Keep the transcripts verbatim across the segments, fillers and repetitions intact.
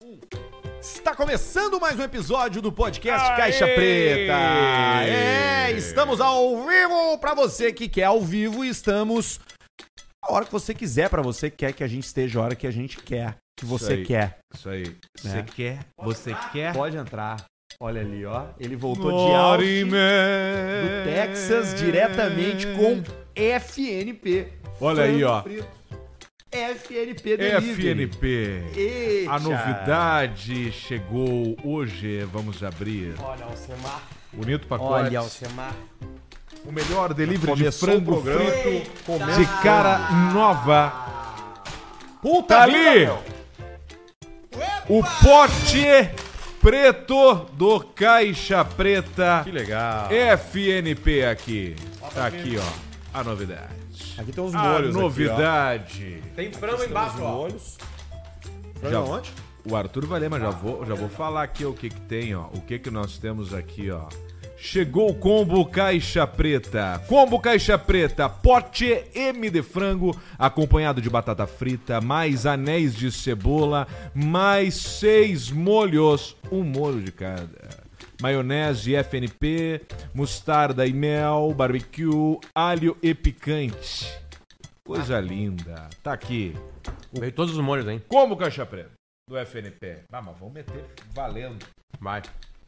Está começando mais um episódio do podcast Aê! Caixa Preta. É, estamos ao vivo para você que quer ao vivo e estamos a hora que você quiser, para você que quer que a gente esteja a hora que a gente quer, que você isso quer. Isso aí. Né? Você quer? Você quer? Pode entrar. Olha ali, ó. Ele voltou de Austin, do Texas, diretamente com F N P. Olha aí, ó. F N P Delivery. F N P. Eita. A novidade chegou hoje. Vamos abrir. Olha, Alcemar. Bonito pacote. Olha, Alcemar. O melhor delivery Começou de frango o programa. frito Começou. de cara nova. Puta Tá ali. vida, O pote preto do Caixa Preta. Que legal. F N P aqui. Tá aqui, ó. A novidade. Aqui tem uns A molhos. novidade. Aqui, Tem frango embaixo, ó. molhos. Já- Já onde? O Arthur vai ler, mas já vou, já vou falar aqui o que que tem, ó. O que que nós temos aqui, ó. Chegou o combo Caixa Preta. Combo Caixa Preta, pote M de frango, acompanhado de batata frita, mais anéis de cebola, mais seis molhos, um molho de cada. Maionese F N P, mostarda e mel, barbecue, alho e picante. Coisa linda. Tá aqui. Veio todos os molhos, hein? Combo Caixa Preta do F N P. Ah, mas vamos meter valendo. Vai.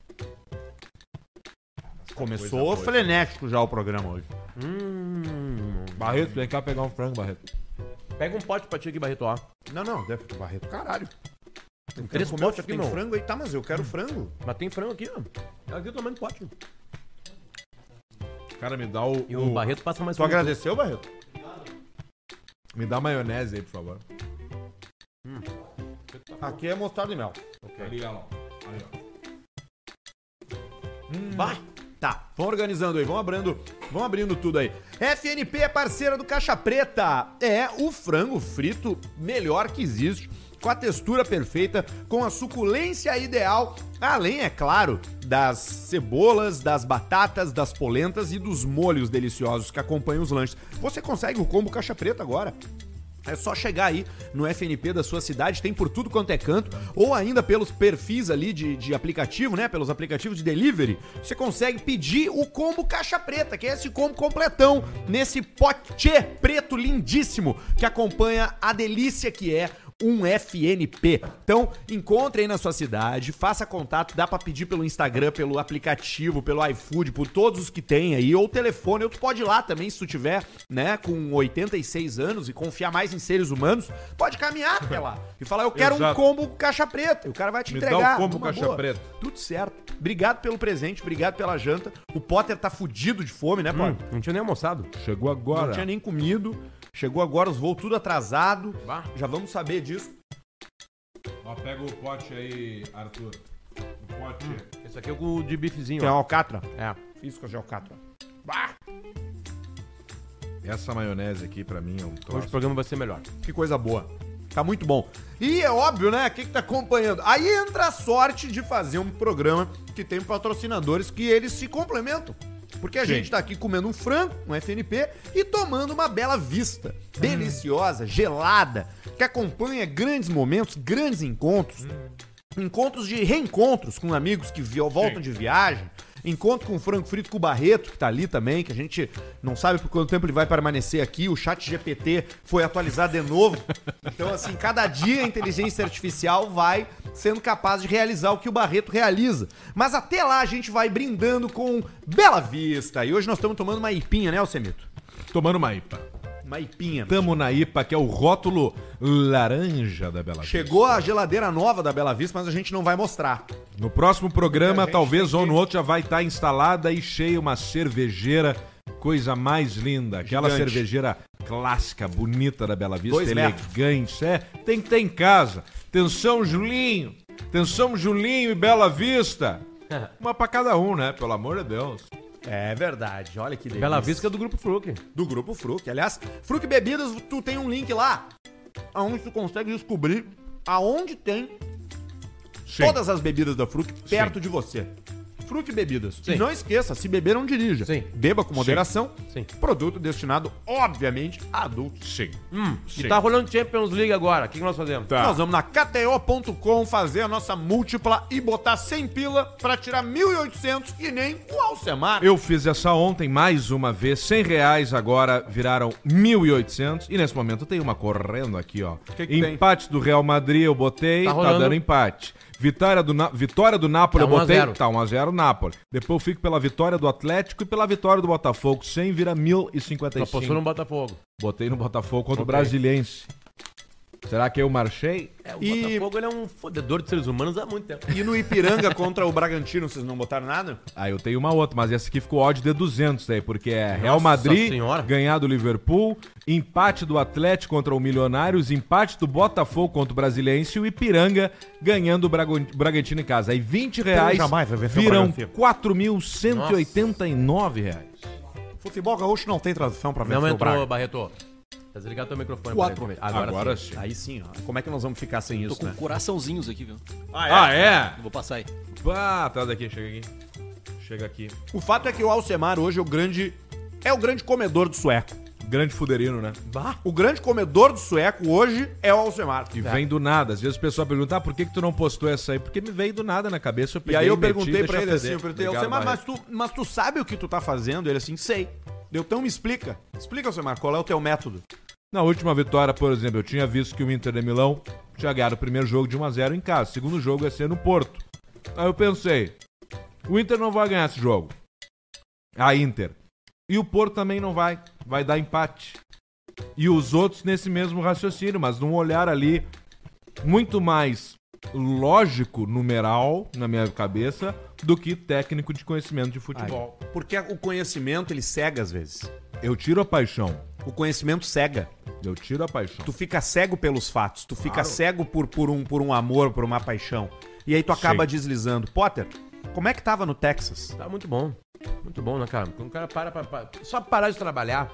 Começou boa. frenético já o programa hoje. Hum. Barreto, vem cá pegar um frango, Barreto. Pega um pote pra ti aqui, Barreto, ó. Não, não, deve ter Barreto, caralho. Tem Quero três comer, potes só aqui, tem meu. frango aí. Tá, mas eu quero frango. Mas tem frango aqui, ó. Aqui o tamanho do pote. Cara, me dá o. E o Barreto passa mais Tu frango. agradeceu, Barreto? Me dá maionese aí, por favor. Aqui é mostarda e mel. Ali, ó. Ali, ó. Vai. Tá, vamos organizando aí, vamos abrindo, vamos abrindo tudo aí. F N P é parceira do Caixa Preta. É o frango frito melhor que existe, com a textura perfeita, com a suculência ideal, além, é claro, das cebolas, das batatas, das polentas e dos molhos deliciosos que acompanham os lanches. Você consegue o combo Caixa Preta agora. É só chegar aí no F N P da sua cidade, tem por tudo quanto é canto, ou ainda pelos perfis ali de, de aplicativo, né? Pelos aplicativos de delivery, você consegue pedir o combo Caixa Preta, que é esse combo completão, nesse pote preto lindíssimo, que acompanha a delícia que é um F N P. Então, encontre aí na sua cidade, faça contato, dá pra pedir pelo Instagram, pelo aplicativo, pelo iFood, por todos os que tem aí, ou telefone, ou tu pode ir lá também, se tu tiver, né, com oitenta e seis anos e confiar mais em seres humanos, pode caminhar até lá e falar, eu quero Exato. um combo Caixa Preta, e o cara vai te Me dá entregar. o combo numa Caixa boa. Preta. Tudo certo. Obrigado pelo presente, obrigado pela janta. O Potter tá fudido de fome, né, Potter? Hum, não tinha nem almoçado. Chegou agora. Não tinha nem comido. Chegou agora, os voos tudo atrasado. Bah. Já vamos saber disso. Ó, pega o pote aí, Arthur. O pote. Esse aqui é o de bifezinho, Tem ó. alcatra? É. Iscas de alcatra. Essa maionese aqui, pra mim, é um Hoje troço. o programa vai ser melhor. Que coisa boa. Tá muito bom. E é óbvio, né? Quem que tá acompanhando? Aí entra a sorte de fazer um programa que tem patrocinadores que eles se complementam. Porque a Sim. gente tá aqui comendo um frango, um F N P, e tomando uma bela vista. Deliciosa, gelada, que acompanha grandes momentos, grandes encontros. Encontros de reencontros com amigos que vi- voltam de viagem. Encontro com o frango frito com o Barreto, que tá ali também, que a gente não sabe por quanto tempo ele vai permanecer aqui. O chat G P T foi atualizado de novo. Então, assim, cada dia a inteligência artificial vai sendo capaz de realizar o que o Barreto realiza. Mas até lá a gente vai brindando com Bela Vista. E hoje nós estamos tomando uma ipinha, né, Alcemito? Tomando uma I P A. Uma ipinha. Tamo na I P A, que é o rótulo laranja da Bela Vista. Chegou a geladeira nova da Bela Vista, mas a gente não vai mostrar. No próximo programa, A gente talvez tem ou que- no outro, já vai estar instalada e cheia uma cervejeira. Coisa mais linda. Aquela Gigante. cervejeira clássica, bonita da Bela Vista, Dois metros. elegante. É, tem que ter em casa. Atenção, Julinho. Atenção, Julinho e Bela Vista. Uma pra cada um, né? Pelo amor de Deus. É verdade, olha que delícia. Bela Vista do Grupo Fruc. Do Grupo Fruc. Aliás, Fruc Bebidas, tu tem um link lá, onde tu consegue descobrir aonde tem Sim. todas as bebidas da Fruc perto de você. Fruc Bebidas. Sim. E não esqueça, se beber, não dirija. Sim. Beba com moderação. Sim. Produto destinado, obviamente, a adultos. Sim. Hum, Sim. e tá rolando Champions League agora. O que, que nós fazemos? Tá. Nós vamos na K T O ponto com fazer a nossa múltipla e botar cem pila pra tirar mil e oitocentos que nem o Alcemar. Eu fiz essa ontem, mais uma vez, cem reais agora viraram mil e oitocentos e nesse momento tem uma correndo aqui, ó. Que que tem? Empate do Real Madrid eu botei, Tá tá, rolando. dando empate. Vitória do, Na- vitória do Napoli Tá eu um a botei, zero. tá um a zero Napoli. Depois eu fico pela vitória do Atlético e pela vitória do Botafogo, cem vira mil e cinquenta e Apostou cinco. no Botafogo. Botei no Botafogo contra o Botei. Brasiliense. Será que eu marchei? É, o E- Botafogo ele é um fodedor de seres humanos há muito tempo. E no Ipiranga contra o Bragantino, vocês não botaram nada? Ah, eu tenho uma outra, mas essa aqui ficou odd de duzentos aí, porque é Real Nossa Madrid, Senhora. ganhar do Liverpool, empate do Atlético contra o Milionários, empate do Botafogo contra o Brasiliense e o Ipiranga ganhando o Brago- Bragantino em casa. Aí vinte reais jamais vai vencer o viram Bragantino. quatro mil cento e oitenta e nove reais. Futebol gaúcho não tem tradução pra vencer Não o entrou, Braga. Barreto. Tá desligado teu microfone. Quatro. Barreto. Agora, Agora, sim. sim. Aí sim, ó. Como é que nós vamos ficar sem Tô isso, com né? coraçãozinhos aqui, viu? Ah, é? Vou passar aí. Ah, traz aqui, chega aqui. Chega aqui. O fato é que o Alcemar hoje é o grande... É o grande comedor do sueco. Grande fuderino, né? O grande comedor do sueco hoje é o Alcemar. E vem do nada. Às vezes o pessoal pergunta, ah, por que, que tu não postou essa aí? Porque me veio do nada na cabeça. Eu E peguei, aí eu meti, perguntei deixa pra ele assim, feder. eu perguntei, Obrigado, Alcemar, mas Barreto. tu, mas tu sabe o que tu tá fazendo? Ele assim, sei. Deu, então me explica. Explica, Alcemar, qual é o teu método? Na última vitória, por exemplo, eu tinha visto que o Inter de Milão tinha ganhado o primeiro jogo de um a zero em casa. O segundo jogo ia ser no Porto. Aí eu pensei, o Inter não vai ganhar esse jogo. A Inter. E o Porto também não vai. Vai dar empate. E os outros nesse mesmo raciocínio, mas num olhar ali muito mais lógico, numeral, na minha cabeça, do que técnico de conhecimento de futebol. Porque o conhecimento, ele cega às vezes. Eu tiro a paixão. O conhecimento cega. Eu tiro a paixão. Tu fica cego pelos fatos. Tu fica cego por, por, um, por um amor, por uma paixão. E aí tu acaba Sim. deslizando. Potter, como é que tava no Texas? Tá muito bom. Muito bom, né, cara? Quando o cara para pra, pra- só parar de trabalhar,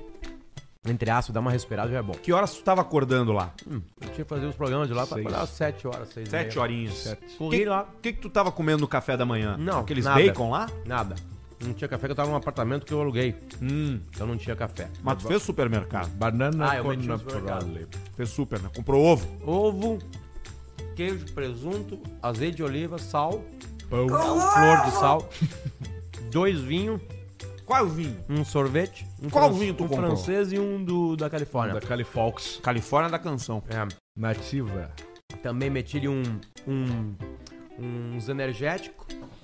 entre aspas, dar uma respirada já é bom. Que horas tu tava acordando lá? Hum, eu tinha que fazer os programas de lá pra Seis. acordar às sete horas, seis e Sete meia. horinhas. Corri Que- lá. O que, que tu tava comendo no café da manhã? Não, Aqueles nada. bacon lá? Nada. Não tinha café, que eu tava num apartamento que eu aluguei. Hum. Então não tinha café. Mas tu fez supermercado. Banana Ah, eu con meti no naturale. supermercado. Fez super, né? Comprou ovo. Ovo, queijo, presunto, azeite de oliva, sal, Pão. flor de sal, dois vinhos, Qual é o vinho? um sorvete, um, Qual fran- vinho tu um comprou? francês e um do, da Califórnia. Da Califox. Califórnia da canção. É. Nativa. Também meti-lhe um, um, uns energéticos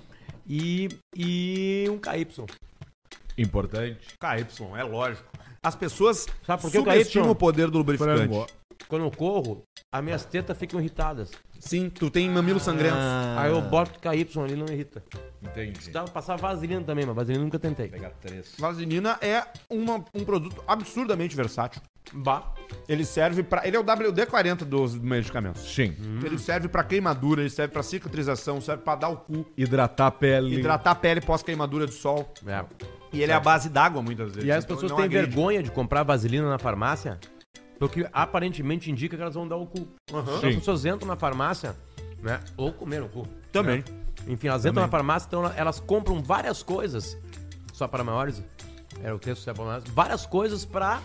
e, e um K Y. Importante. K Y, é lógico. As pessoas Sabe por que o subestimam K Y? o poder do lubrificante. Frango. Quando eu corro, as minhas tetas ficam irritadas. Sim, tu tem mamilo sangrento. Aí eu boto K Y ali e não irrita. Entendi. Dá pra passar vaselina também, mas vaselina nunca tentei. Pegar três. Vaselina é uma- um produto absurdamente versátil. Bah. Ele serve pra. Ele é o W D quarenta dos medicamentos. Sim. Ele serve pra queimadura, ele serve pra cicatrização, serve pra dar o cu, Hidratar a pele. hidratar a pele pós-queimadura de sol. É. E ele é a base d'água muitas vezes. E aí as então pessoas não têm agride. vergonha de comprar vaselina na farmácia, porque aparentemente indica que elas vão dar o cu. Então Sim. as pessoas entram na farmácia, né? Ou comeram o cu. Também. né? Enfim, elas entram na farmácia, então elas compram várias coisas, só para maiores, era o texto só para maiores, várias coisas pra,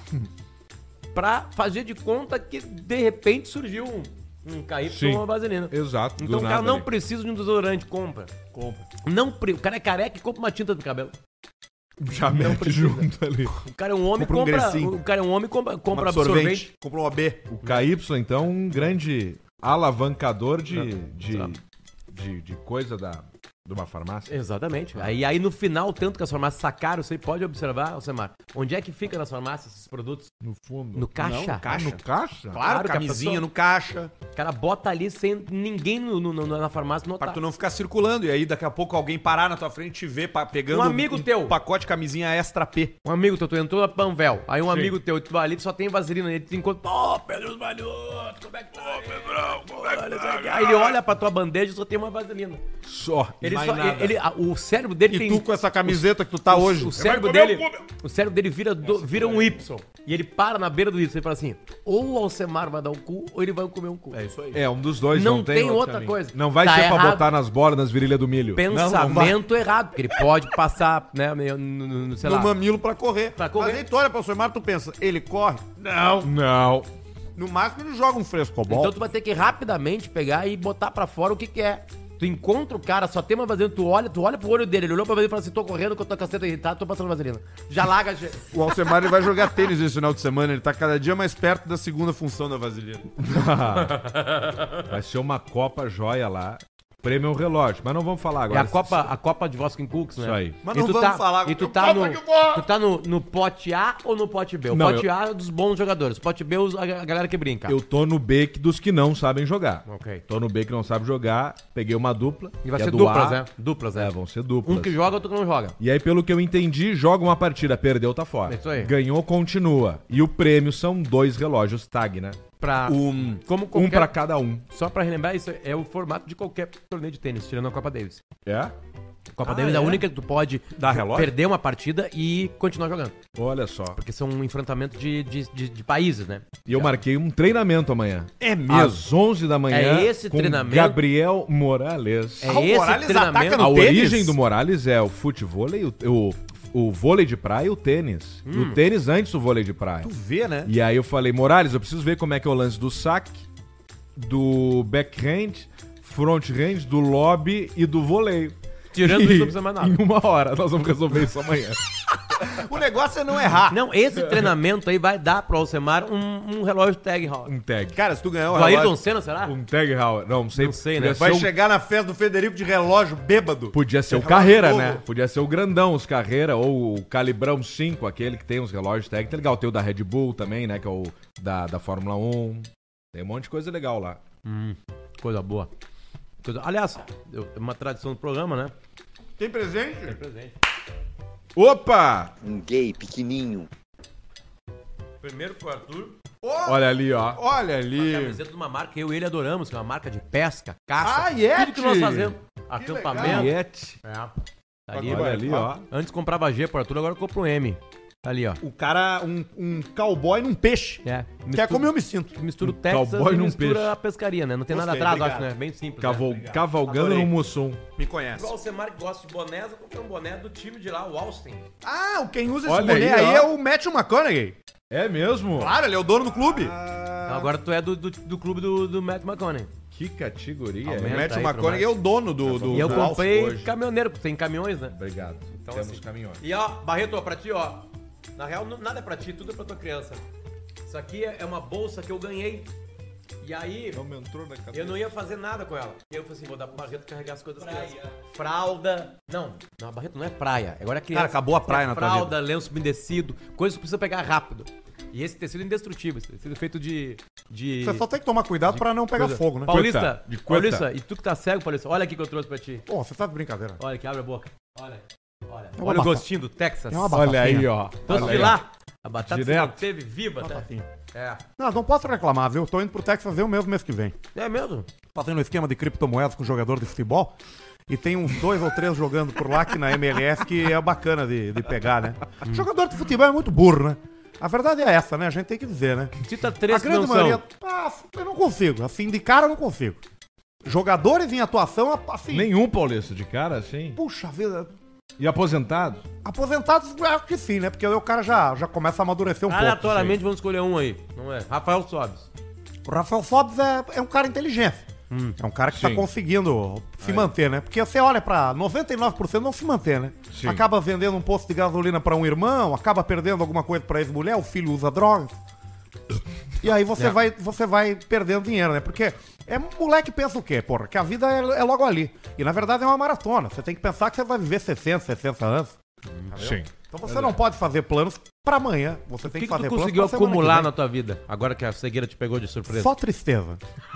pra fazer de conta que de repente surgiu um, um K Y Sim. ou uma vaselina. Exato. Então do o cara nada não ali. precisa de um desodorante, compra. Compra. Não, pre- o cara é careca e compra uma tinta do cabelo. Já mete precisa. junto ali. O cara é um homem, Compra um compra, Grecinho. o cara é um homem, compra, Um compra absorvente. Compra um O B. O K Y, então, um grande alavancador de, de, de, de coisa da, de uma farmácia. Exatamente. Aí, aí no final, tanto que as farmácias sacaram, você pode observar, Alcemar, onde é que fica nas farmácias esses produtos? No fundo. No caixa. Não, caixa. Ah, no caixa? Claro, Claro que a camisinha pessoa- no caixa. O cara bota ali sem ninguém no, no- no- na farmácia Pra notar. tu não ficar circulando. E aí daqui a pouco alguém parar na tua frente e te ver pa- pegando Um amigo teu. pacote de camisinha extra P. Um amigo teu, tu entrou na Panvel, aí um Sim. amigo teu, tu vai ali, tu só tem vaselina, ele te encontra, ô, Pedro Malhoto, como é que tá? Ô, Pedrão, como é que tá? Aí ele olha pra tua bandeja e só tem uma vaselina. Só. Ele ele Mais só, nada. ele, a- o cérebro dele E tem... tu com essa camiseta que tu tá o, hoje. O cérebro comer dele, um cu, o cérebro dele vira, do- vira um Y. E ele para na beira do Y e fala assim, ou o Alcemar vai dar um cu, ou ele vai comer um cu. É isso aí. É, um dos dois Não não, tem outro outra caminho. coisa. Não vai Tá ser pra errado. botar nas bolas, nas virilhas do milho. Pensamento errado, porque ele pode passar, né, meio no, no, no- sei No lá. mamilo pra correr. Pra correr. Mas aí tu olha pra Alcemar, tu pensa, ele corre? Não. Não. No máximo ele joga um frescobol. Então tu vai ter que rapidamente pegar e botar pra fora o que que é. Tu encontra o cara, só tem uma vaselina, tu olha, tu olha pro olho dele, ele olhou pra vaselina e fala assim, tô correndo com a tua caceta irritada, tô passando vaselina. Já larga... já- O Alcemar ele vai jogar tênis esse final de semana, ele tá cada dia mais perto da segunda função da vaselina. Vai ser uma Copa joia lá. Prêmio é um relógio, mas não vamos falar É agora. a Copa, a Copa de Voskin Cooks, né? Isso aí. Mas E não tu vamos tá, falar E tu com- tá, Copa no, que boa! tu tá no, no pote A ou no pote B? O Não, pote eu- A é dos bons jogadores. O pote B é os- a, a galera que brinca. Eu tô no B que dos que não sabem jogar. Ok. Tô no B que não sabe jogar, peguei uma dupla. E vai que é ser do duplas, A. né? Duplas, É, é. vão ser duplas. Um que joga, outro que não joga. E aí, pelo que eu entendi, joga uma partida, perdeu, tá fora. É isso aí. Ganhou, continua. E o prêmio são dois relógios tag, né? Pra, Um. como Um qualquer, pra cada um. Só pra relembrar, isso é o formato de qualquer torneio de tênis, tirando a Copa Davis. É? A Copa Ah, Davis é a é? única que tu pode Dá relógio? perder uma partida e continuar jogando. Olha só. Porque são um enfrentamento de, de, de, de países, né? E eu marquei um treinamento amanhã. É Às onze da manhã. É esse com treinamento? Gabriel Morales. É Ah, o esse Morales treinamento... ataca no A tênis? origem do Morales é o futevôlei, o, o, o vôlei de praia e o tênis. Hum. O tênis antes do vôlei de praia. Tu vê, né? E aí eu falei, Morales, eu preciso ver como é que é o lance do saque, do backhand, front range, do lobby e do voleio. Tirando E isso, não precisa mais nada. Em uma hora, nós vamos resolver isso amanhã. O negócio é não errar. Não, esse treinamento aí vai dar pro Alcemar um, um relógio tag hall. Um tag. Cara, se tu ganhar o Do Ayrton relógio, Senna, será? Um tag hour. Não, não sei. Não sei, podia né? ser vai o- chegar na festa do Federico de relógio bêbado. Podia ser o Relógio Carreira, novo. né? Podia ser o grandão, os Carreira, ou o Calibrão cinco, aquele que tem os relógios tag. Tá legal, tem o da Red Bull também, né? Que é o da, da Fórmula um. Tem um monte de coisa legal lá. Hum, coisa boa. Coisa- Aliás, eu- é uma tradição do programa, né? Tem presente? Presente. Opa! Um gay pequenininho. Primeiro pro Arthur. Olha ali, ó. Olha ali. Camiseta de uma marca que eu e ele adoramos, que é uma marca de pesca, caça. Ah, Yeti! Tudo que nós fazemos. Acampamento. Yeti. É. Tá ali, Olha ali, ó. Antes comprava G pro Arthur, agora eu compro um M. Tá ali, ó. O cara, um, um cowboy num peixe. É. Que é como eu me sinto. Mistura o Um Texas cowboy e num mistura peixe. a pescaria, né? Não tem nada Gostei, atrás, obrigado. acho, né? Bem simples. Cavou- né? cavalgando Adorei. no Mussum. Me conhece. Igual o Semar que gosta de bonés, eu comprei um boné do time de lá, o Austin. Ah, o quem usa esse Olha boné aí, aí, ó. é o Matthew McConaughey. É mesmo? Claro, ele é o dono do clube. Então agora tu é do, do, do clube do, do Matt McConaughey. Que categoria. o Aumenta é? Matthew aí pro McConaughey é o dono do, do, E eu do comprei hoje. caminhoneiro, porque tem caminhões, né? Obrigado. Então, Temos assim, caminhões. E ó, Barreto, ó, pra ti, ó. Na real, n- nada é pra ti, tudo é pra tua criança. Isso aqui é é uma bolsa que eu ganhei. E aí, Não me entrou na cabeça. eu não ia fazer nada com ela. E eu falei assim, vou dar pro Barreto carregar as coisas das crianças. Fralda. Não, não, Barreto não é praia. Agora é criança. Cara, acabou a praia é na tua fralda, lenço umedecido, coisas que precisa pegar rápido. E esse tecido é indestrutível, esse tecido é feito de... de... Você só tem que tomar cuidado pra não pegar coisa- fogo, né? Paulista, Cueta, de cueta. Paulista, e tu que tá cego, Paulista, olha aqui que eu trouxe pra ti. Pô, você tá de brincadeira. Olha aqui, abre a boca. Olha, olha. uma Olha o batata. gostinho do Texas. É uma Olha aí, batatinha. ó. Trouxe Olha de aí, lá. A batata Direto. você não teve viva, tá? Batatinha. É. Não, não posso reclamar, viu? Tô indo pro Texas eu mesmo mês que vem. É mesmo? Fazendo um esquema de criptomoedas com jogador de futebol. E tem uns dois ou três jogando por lá que na M L S que é bacana de, de pegar, né? Jogador de futebol é muito burro, né? A verdade é essa, né? A gente tem que dizer, né? Cita três A que grande não maioria. são. Ah, eu não consigo. Assim, de cara eu não consigo. Jogadores em atuação, assim. Nenhum Paulista de cara, assim. Puxa vida. E aposentado? Aposentados, acho que sim, né? Porque aí o cara já, já começa a amadurecer um pouco. Aleatoriamente vamos escolher um aí. Não é? Rafael Sobes. O Rafael Sobes é, é um cara inteligente. É um cara que tá Sim. conseguindo se manter, né? Porque você olha pra noventa e nove por cento não se mantém, né? Sim. Acaba vendendo um posto de gasolina pra um irmão, acaba perdendo alguma coisa pra ex-mulher, o filho usa drogas. E aí você, É. vai, você vai perdendo dinheiro, né? Porque é moleque pensa o quê, porra? Que a vida é, é logo ali. E na verdade é uma maratona. Você tem que pensar que você vai viver sessenta, sessenta anos. Sim. Então você não pode fazer planos pra amanhã. Você O tem que, que, que tu fazer planos conseguiu pra semana que acumular vem. na tua vida? Agora que a cegueira te pegou de surpresa. Só tristeza.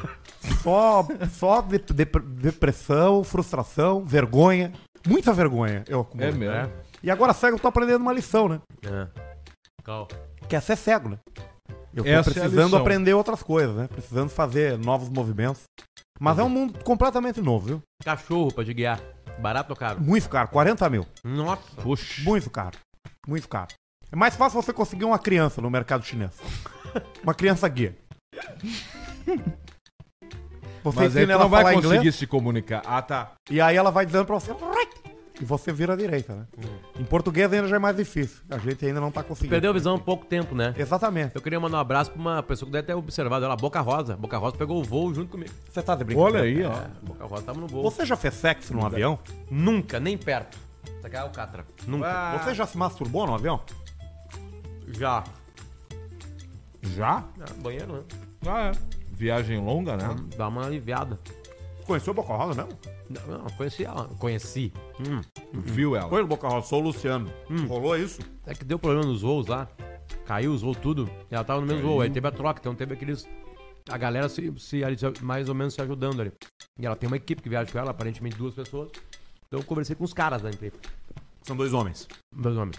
só só de- de- depressão, frustração, vergonha. Muita vergonha eu acumulo. É mesmo. E agora cego eu tô aprendendo uma lição, né? É. Calma. Que é ser cego, né? Eu tô Essa é a precisando lição. aprender outras coisas, né? Precisando fazer novos movimentos. Mas é um mundo completamente novo, viu? Cachorro pra te guiar. Barato ou caro? Muito caro, quarenta mil. Nossa. Puxa. Muito caro. Muito caro. É mais fácil você conseguir uma criança no mercado chinês. Uma criança guia. Você Mas aí tu ensina ela não a vai falar conseguir inglês se comunicar. Ah, tá. e aí ela vai dizendo pra você... E você vira à direita, né? Em português ainda já é mais difícil. A gente ainda não tá conseguindo. Perdeu a visão há pouco tempo, né? Exatamente. Eu queria mandar um abraço pra uma pessoa que deve ter observado ela, Boca Rosa. Boca Rosa pegou o voo junto comigo. Você tá de brincadeira? Olha aí, ó. É, Boca Rosa tava no voo. Você já fez sexo num avião? Nunca, nem perto. Isso aqui é o Catra. Nunca. Ah. Você já se masturbou no avião? Já. Já? Ah, banheiro, né? Ah, é. Viagem longa, né? Dá uma aliviada. Conheceu o Boca Rosa mesmo? Não, não, conheci ela. Conheci. Hum. Viu ela? Foi no Boca Rosa, sou o Luciano. Rolou isso? É que deu problema nos voos lá. Caiu os voos tudo. E ela tava no mesmo voo. Aí teve a troca, então teve aqueles. A galera se, se, mais ou menos se ajudando ali. E ela tem uma equipe que viaja com ela, aparentemente duas pessoas. Então eu conversei com os caras da equipe. São dois homens. Dois homens.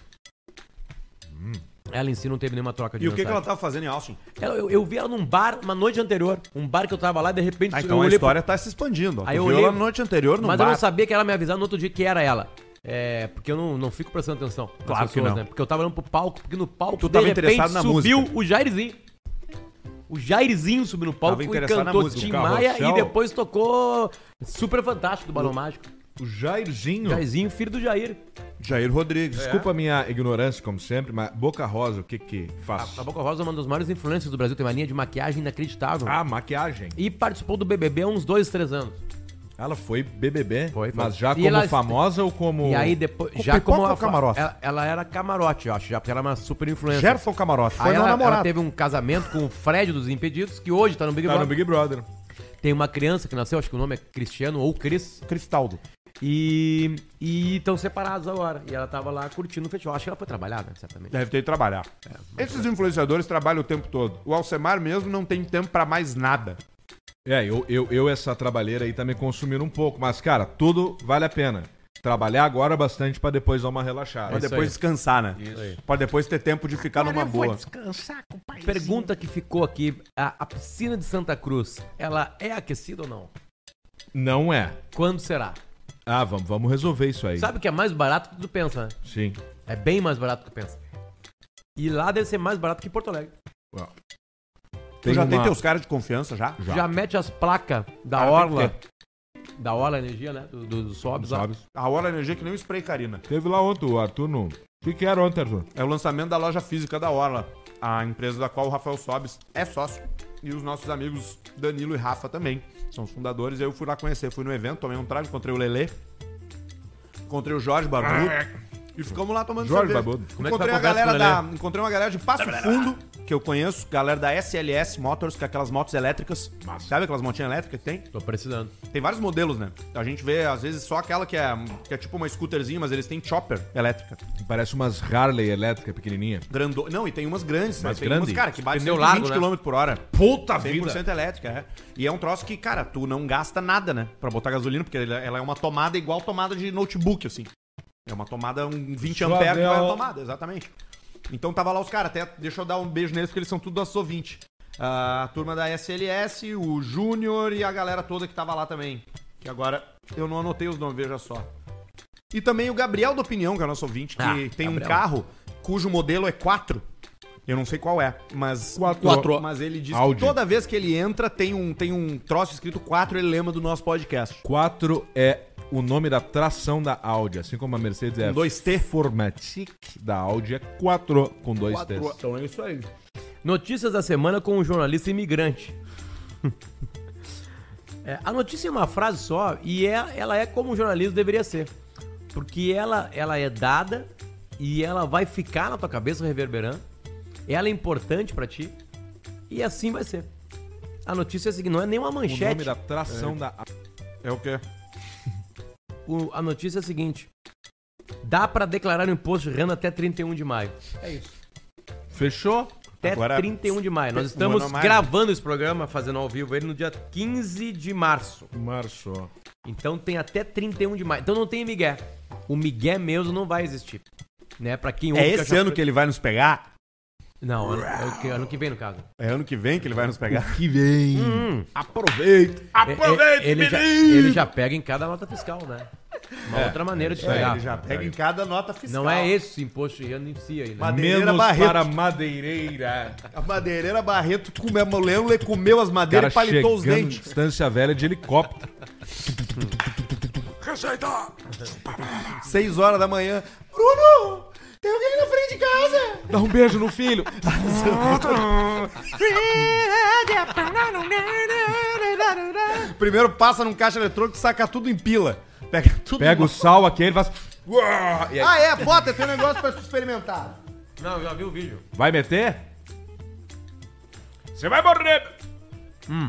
Ela em si não teve nenhuma troca de E o que, que ela mensagem. tava fazendo em Austin? Ela- eu, eu vi ela num bar uma noite anterior. Um bar que eu tava lá e de repente Ah, eu então a olhei história tá se expandindo. Ó. Aí Tu eu viu olhei- ela na noite anterior no Mas bar. eu não sabia que ela me avisar no outro dia que era ela. É, porque eu não, não fico prestando atenção. nas Claro que não. Né? Porque eu tava olhando pro palco, porque no palco, Tu de tava repente, interessado na subiu música. o Jairzinho. O Jairzinho subiu no palco Tava e interessado na cantou música. Tim O Maia Carrossel. e depois tocou Super Fantástico do Balão Mágico. O Jairzinho. Jairzinho, filho do Jair. Jair Rodrigues. Desculpa a minha ignorância, como sempre, mas Boca Rosa, o que que faz? A Boca Rosa é uma das maiores influências do Brasil. Tem uma linha de maquiagem inacreditável. Ah, maquiagem. E participou do B B B há uns dois, três anos. Ela foi B B B, Foi, foi. mas já E como ela- famosa ou como... E aí depois. Com Já pipoca como ou a- camarote? Ela, ela era camarote, eu acho, já, porque ela era uma super influencer. Gerson Camarote. Foi Aí meu ela, ela namorado. teve um casamento com o Fred dos Impedidos, que hoje tá no Big Tá no Brother. Big Brother. Tem uma criança que nasceu, acho que o nome é Cristiano ou Cris. Cristaldo. E e estão separados agora. E ela tava lá curtindo o festival. Acho que ela foi trabalhar, né? Certamente. Deve ter ido trabalhar. Esses influenciadores trabalham o tempo todo. O Alcemar mesmo não tem tempo pra mais nada. É, eu, eu, eu essa trabalheira aí tá me consumindo um pouco, mas, cara, tudo vale a pena. Trabalhar agora bastante pra depois dar uma relaxada. Pra isso depois aí. descansar, né? Isso aí. Pra depois ter tempo de ficar numa boa. Pergunta que ficou aqui: a, a piscina de Santa Cruz, ela é aquecida ou não? Não é. Quando será? Ah, vamos, vamos resolver isso aí. Sabe que é mais barato que tu pensa, né? Sim. É bem mais barato que tu pensa. E lá deve ser mais barato que Porto Alegre. Tu já tem uma- teus caras de confiança já? Já, mete as placas da Cara, tem Orla. que Da Orla Energia, né? Do, do, do Sobs lá. Sabe? A Hora Energia que nem o spray Karina. Teve lá ontem o Arthur no... O que que era ontem, Arthur? É o lançamento da loja física da Orla. A empresa da qual o Rafael Sobes é sócio. E os nossos amigos Danilo e Rafa também. São os fundadores. Eu fui lá conhecer. Fui no evento, tomei um trago, encontrei o Lelê. Encontrei o Jorge Barbudo. E ficamos lá tomando Jorge cerveja. Barbudo. Como é que Encontrei, foi a a galera conversa com da, o encontrei uma galera de Passo Fundo, que eu conheço. Galera da S L S Motors, que é aquelas motos elétricas. Sabe aquelas motinhas elétricas que tem? Tô precisando. Tem vários modelos, né? A gente vê, às vezes, só aquela que é, que é tipo uma scooterzinha, mas eles têm chopper elétrica. Parece umas Harley elétrica pequenininha. Grando... Não, e tem umas grandes, né? Mais Tem grande? umas, cara, que bate Pneu cento e largo, vinte né? quilômetros por hora. Puta cem por cento elétrica, é. E é um troço que, cara, tu não gasta nada, né? Pra botar gasolina, porque ela ela é uma tomada igual tomada de notebook, assim. É uma tomada, um vinte Só amperes que vai deu- a tomada, exatamente. Então tava lá os caras, até deixa eu dar um beijo neles, porque eles são tudo nossos ouvintes. A turma da S L S, o Júnior e a galera toda que tava lá também. Que agora eu não anotei os nomes, veja só. E também o Gabriel da Opinião, que é nosso ouvinte, que Ah, tem um Gabriel. carro cujo modelo é quatro. Eu não sei qual é, mas Quatro. mas ele diz Audi. que toda vez que ele entra tem um, tem um troço escrito quatro, ele lembra do nosso podcast. quatro é o nome da tração da Audi, assim como a Mercedes é Com dois T. Formatic, da Audi é quatro com dois T's. Então é isso aí. Notícias da semana com um jornalista imigrante. É, a notícia é uma frase só e é, ela é como um jornalismo deveria ser. Porque ela, ela é dada e ela vai ficar na tua cabeça reverberando. Ela é importante pra ti e assim vai ser. A notícia é a seguinte, não é nem uma O manchete. nome da tração da Audi. É o quê? O- a notícia é a seguinte. Dá pra declarar o imposto de renda até trinta e um de maio. É isso. Fechou? Até Agora- trinta e um de maio. Nós Um estamos ano a mais, gravando esse programa, fazendo ao vivo ele no dia quinze de março. Março. Então tem até trinta e um de maio. Então não tem migué. O migué mesmo não vai existir. Né? Pra quem É ouve esse Caixa ano que ele vai nos pegar? Não, ano, é o que- ano que vem no caso. É ano que vem que ele vai nos pegar? Que vem. Hum. Aproveita. E- e- ele, já, ele já pega em cada nota fiscal, né? Uma É, outra maneira de É, pegar. ele já pega em cada nota fiscal. Não é esse imposto de renda em si aí, né? Madeireira Menos Barreto. para madeireira. A madeireira Barreto comeu, mulher, ele comeu as madeiras e Cara palitou os chegando em dentes. Estância Velha de helicóptero. Seis horas da manhã. Bruno, tem alguém na frente de casa. Dá um beijo no filho. Primeiro passa num caixa eletrônico e saca tudo em pila. Pega tudo. Pega o sal aqui, ele faz... E aí, Ah, é, bota, tem um negócio pra tu experimentar. Não, já vi o vídeo. vai meter? Você vai morrer. Hum.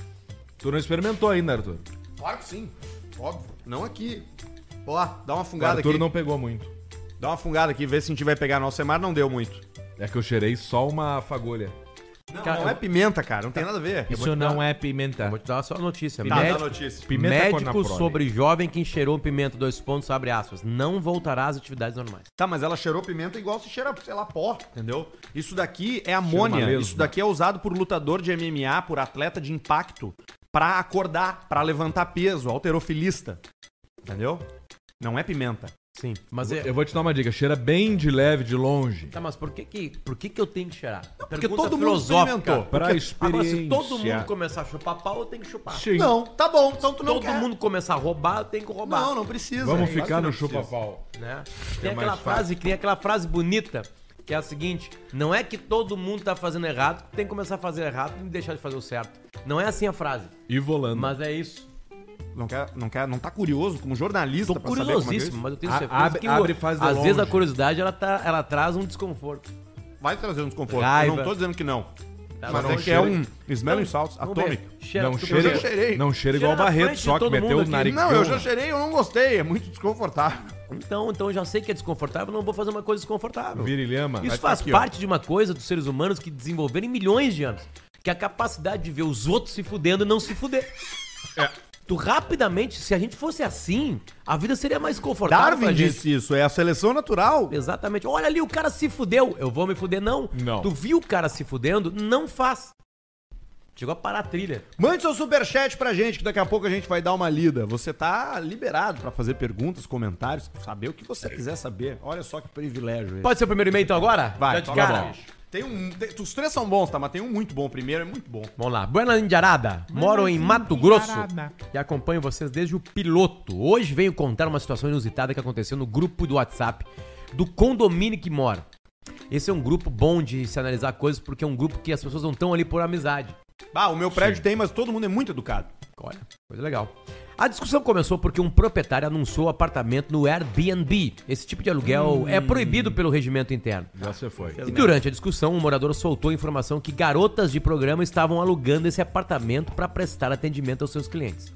Tu não experimentou ainda, Arthur. Claro que sim, óbvio. Não aqui. Ó, dá uma O fungada Arthur aqui. não pegou muito. Dá uma fungada aqui, vê se a gente vai pegar. Nosso Semar não deu muito. É que eu cheirei só uma fagulha. Não, Cara, não é eu- pimenta, cara. Não tem nada a ver. Isso não é pimenta. Vou te dar só a notícia. Tá, dá Médico, notícia. Pimenta médico cornaprole. sobre jovem que cheirou pimenta, dois pontos, abre aspas, não voltará às atividades normais. Tá, mas ela cheirou pimenta igual se cheira, sei lá, pó, entendeu? Isso daqui é amônia. lesma. Isso daqui é usado por lutador de M M A, por atleta de impacto, pra acordar, pra levantar peso, halterofilista. Entendeu? Não é pimenta. Sim, mas é... Eu vou te dar uma dica. Cheira bem de leve, de longe. Tá, mas por que que, por que que eu tenho que cheirar? porque todo mundo experimentou. Pra Agora, experiência. se todo mundo começar a chupar pau, eu tenho que chupar. Sim. Não, tá bom. Então tu não Todo quer. mundo começar a roubar, eu tenho que roubar. Não, não precisa. Vamos É, ficar claro no que não precisa. chupa-pau. Né? Tem É aquela mais frase, tem aquela frase bonita, que é a seguinte: não é que todo mundo tá fazendo errado, tem que começar a fazer errado e deixar de fazer o certo. Não é assim a frase, E volando. mas é isso. Não quer, não quer, não tá curioso como jornalista Tô pra saber como é que é curiosíssimo, isso? mas eu tenho A- certeza abre- que abre o- e faz de às vezes a longe. curiosidade ela, tá, ela traz um desconforto. Vai trazer um desconforto. Raiva. Eu não tô dizendo que não. Tá, Mas não é que cheira- é um smelling salts Vamos ver. atômico. Cheira- Não tu- cheira, eu já cheirei. não cheira Cheira igual o na Barreto, frente só de que todo meteu mundo o aqui. nariz. Não, eu já cheirei, eu não gostei. É muito desconfortável. Então, então eu já sei que é desconfortável, não vou fazer uma coisa desconfortável. Virilhama. Isso Vai faz tá aqui, ó. parte de uma coisa dos seres humanos que desenvolveram em milhões de anos. Que é a capacidade de ver os outros se fudendo e não se fuder. É. Tu rapidamente, se a gente fosse assim, a vida seria mais confortável. Darwin pra gente. disse isso, é a seleção natural. Exatamente. Olha ali, o cara se fudeu. Eu vou me fuder? Não. Não. Tu viu o cara se fudendo? Não faz. Chegou a parar a trilha. Mande seu superchat pra gente, que daqui a pouco a gente vai dar uma lida. Você tá liberado pra fazer perguntas, comentários, saber o que você quiser saber. Olha só que privilégio esse. Pode ser o primeiro e-mail então agora? Vai, Já de toca cara. bom. Tem um, tem- os três são bons, tá? Mas tem um muito bom. O primeiro é muito bom. Vamos lá. Buena Indiarada. Moro em Mato Grosso e acompanho vocês desde o piloto. Hoje venho contar uma situação inusitada que aconteceu no grupo do WhatsApp do condomínio que moro. Esse é um grupo bom de se analisar coisas porque é um grupo que as pessoas não estão ali por amizade. Ah, o meu prédio tem, mas todo mundo é muito educado. Olha, coisa legal. A discussão começou porque um proprietário anunciou o apartamento no Airbnb. Esse tipo de aluguel é proibido pelo regimento interno. Já você foi. E durante a discussão, um morador soltou a informação que garotas de programa estavam alugando esse apartamento para prestar atendimento aos seus clientes.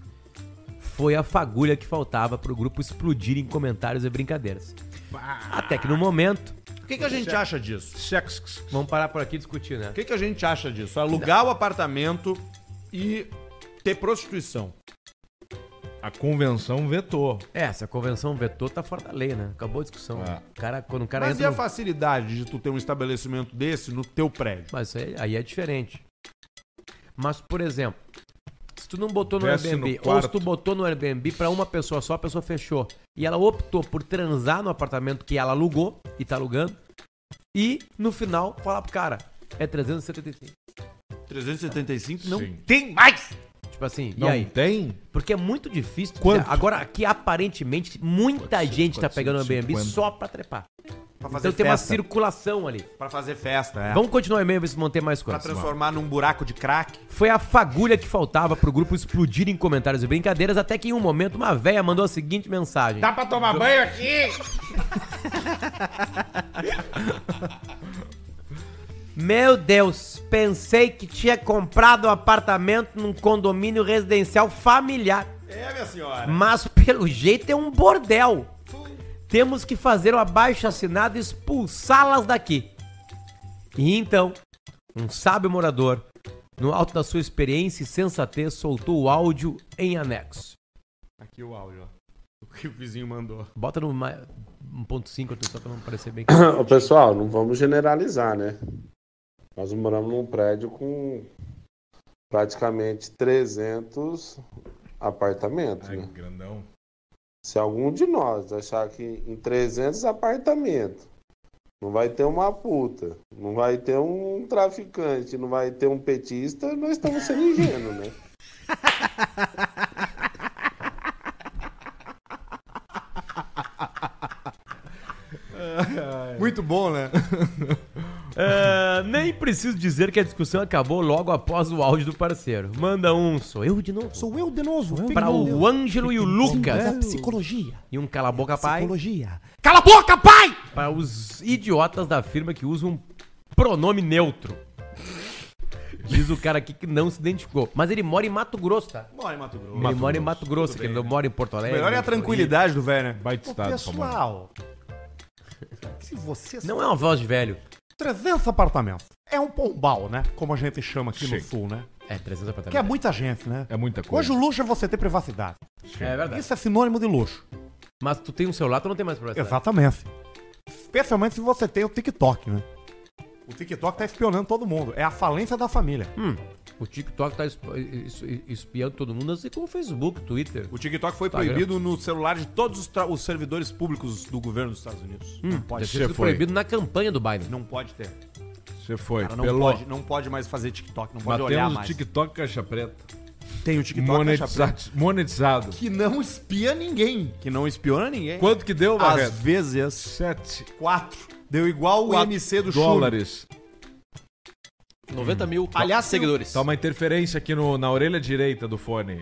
Foi a fagulha que faltava para o grupo explodir em comentários e brincadeiras. Até que no momento, O que, que a gente acha disso? Sex. vamos parar por aqui e discutir, né? O que, que a gente acha disso? Alugar o apartamento e ter prostituição. A convenção vetou. É, se a convenção vetou, tá fora da lei, né? Acabou a discussão. É. O cara, quando o cara Mas e entra a no... facilidade de tu ter um estabelecimento desse no teu prédio? Mas isso aí, aí é diferente. Mas, por exemplo, se tu não botou no Desce no Airbnb, ou quarto. se tu botou no Airbnb pra uma pessoa só, a pessoa fechou. E ela optou por transar no apartamento que ela alugou e tá alugando. E, no final, falar pro cara, é trezentos e setenta e cinco. trezentos e setenta e cinco não Sim. tem mais! Tipo assim, Não e aí? tem? Porque é muito difícil. Quanto? Agora, aqui aparentemente, muita Pode ser gente tá quatrocentos pegando o e Airbnb cinquenta. só pra trepar. Pra fazer Então tem uma festa. circulação ali. Pra fazer festa, é. Vamos continuar o e-mail, ver se manter mais Pra coisas. transformar num buraco de crack. Foi a fagulha que faltava pro grupo explodir em comentários e brincadeiras, até que em um momento uma véia mandou a seguinte mensagem. Dá pra tomar banho aqui? Meu Deus, pensei que tinha comprado um apartamento num condomínio residencial familiar, É, minha senhora. mas pelo jeito é um bordel. Temos que fazer o abaixo-assinado e expulsá-las daqui. E então, um sábio morador, no alto da sua experiência e sensatez, soltou o áudio em anexo. Aqui o áudio, ó. O que o vizinho mandou. Bota no ma- um ponto cinco só pra não parecer bem... Ô, pessoal, não vamos generalizar, né? Nós moramos num prédio com praticamente trezentos apartamentos, Ai, né? grandão. Se algum de nós achar que em trezentos apartamentos não vai ter uma puta, não vai ter um traficante, não vai ter um petista, nós estamos sendo ingênuos, né? Muito bom, né? É, nem preciso dizer que a discussão acabou logo após o áudio do parceiro. Manda um, sou eu de novo. Sou eu de novo. Fique Pra com o Deus. Ângelo e o É Lucas. psicologia. E um cala a boca pai. Psicologia. Cala a boca, pai! Para os idiotas da firma que usam um pronome neutro. Diz o cara aqui que não se identificou. Mas ele mora em Mato Grosso, tá? Bora em Mato Grosso. Ele mora em Mato Grosso, que ele não mora em Porto O Alegre. melhor é a tranquilidade do velho, né? Baita Ô, estado, famoso. pessoal, se você... Não é uma voz de velho. trezentos apartamentos. É um pombal, né? Como a gente chama aqui no Sim. sul, né? É, trezentos Que é apartamentos. muita gente, né? É muita coisa. Hoje o luxo é você ter privacidade. É verdade. Isso é sinônimo de luxo. Mas tu tem um celular, tu não tem mais privacidade. Exatamente. Especialmente se você tem o TikTok, né? O TikTok tá espionando todo mundo. É a falência da família. Hum, o TikTok tá esp- es- espiando todo mundo, assim como o Facebook, Twitter. O TikTok foi Instagram. proibido no celular de todos os, tra- os servidores públicos do governo dos Estados Unidos. Hum, Não pode deve ter. ter sido foi. proibido na campanha do Biden. Não pode ter. Você foi. Cara, não, Pelo... pode, não pode mais fazer TikTok, não pode Mas olhar temos o mais. TikTok Caixa Preta. Tem o TikTok Caixa Monetizado. Preta, monetizado. que não espia ninguém. Que não espiona ninguém. Quanto que deu, Às Barreto? vezes, Sete quatro. Deu igual o Quatro M C do Churro. dólares. noventa mil Aliás, seguidores. Tá uma interferência aqui no, na orelha direita do fone.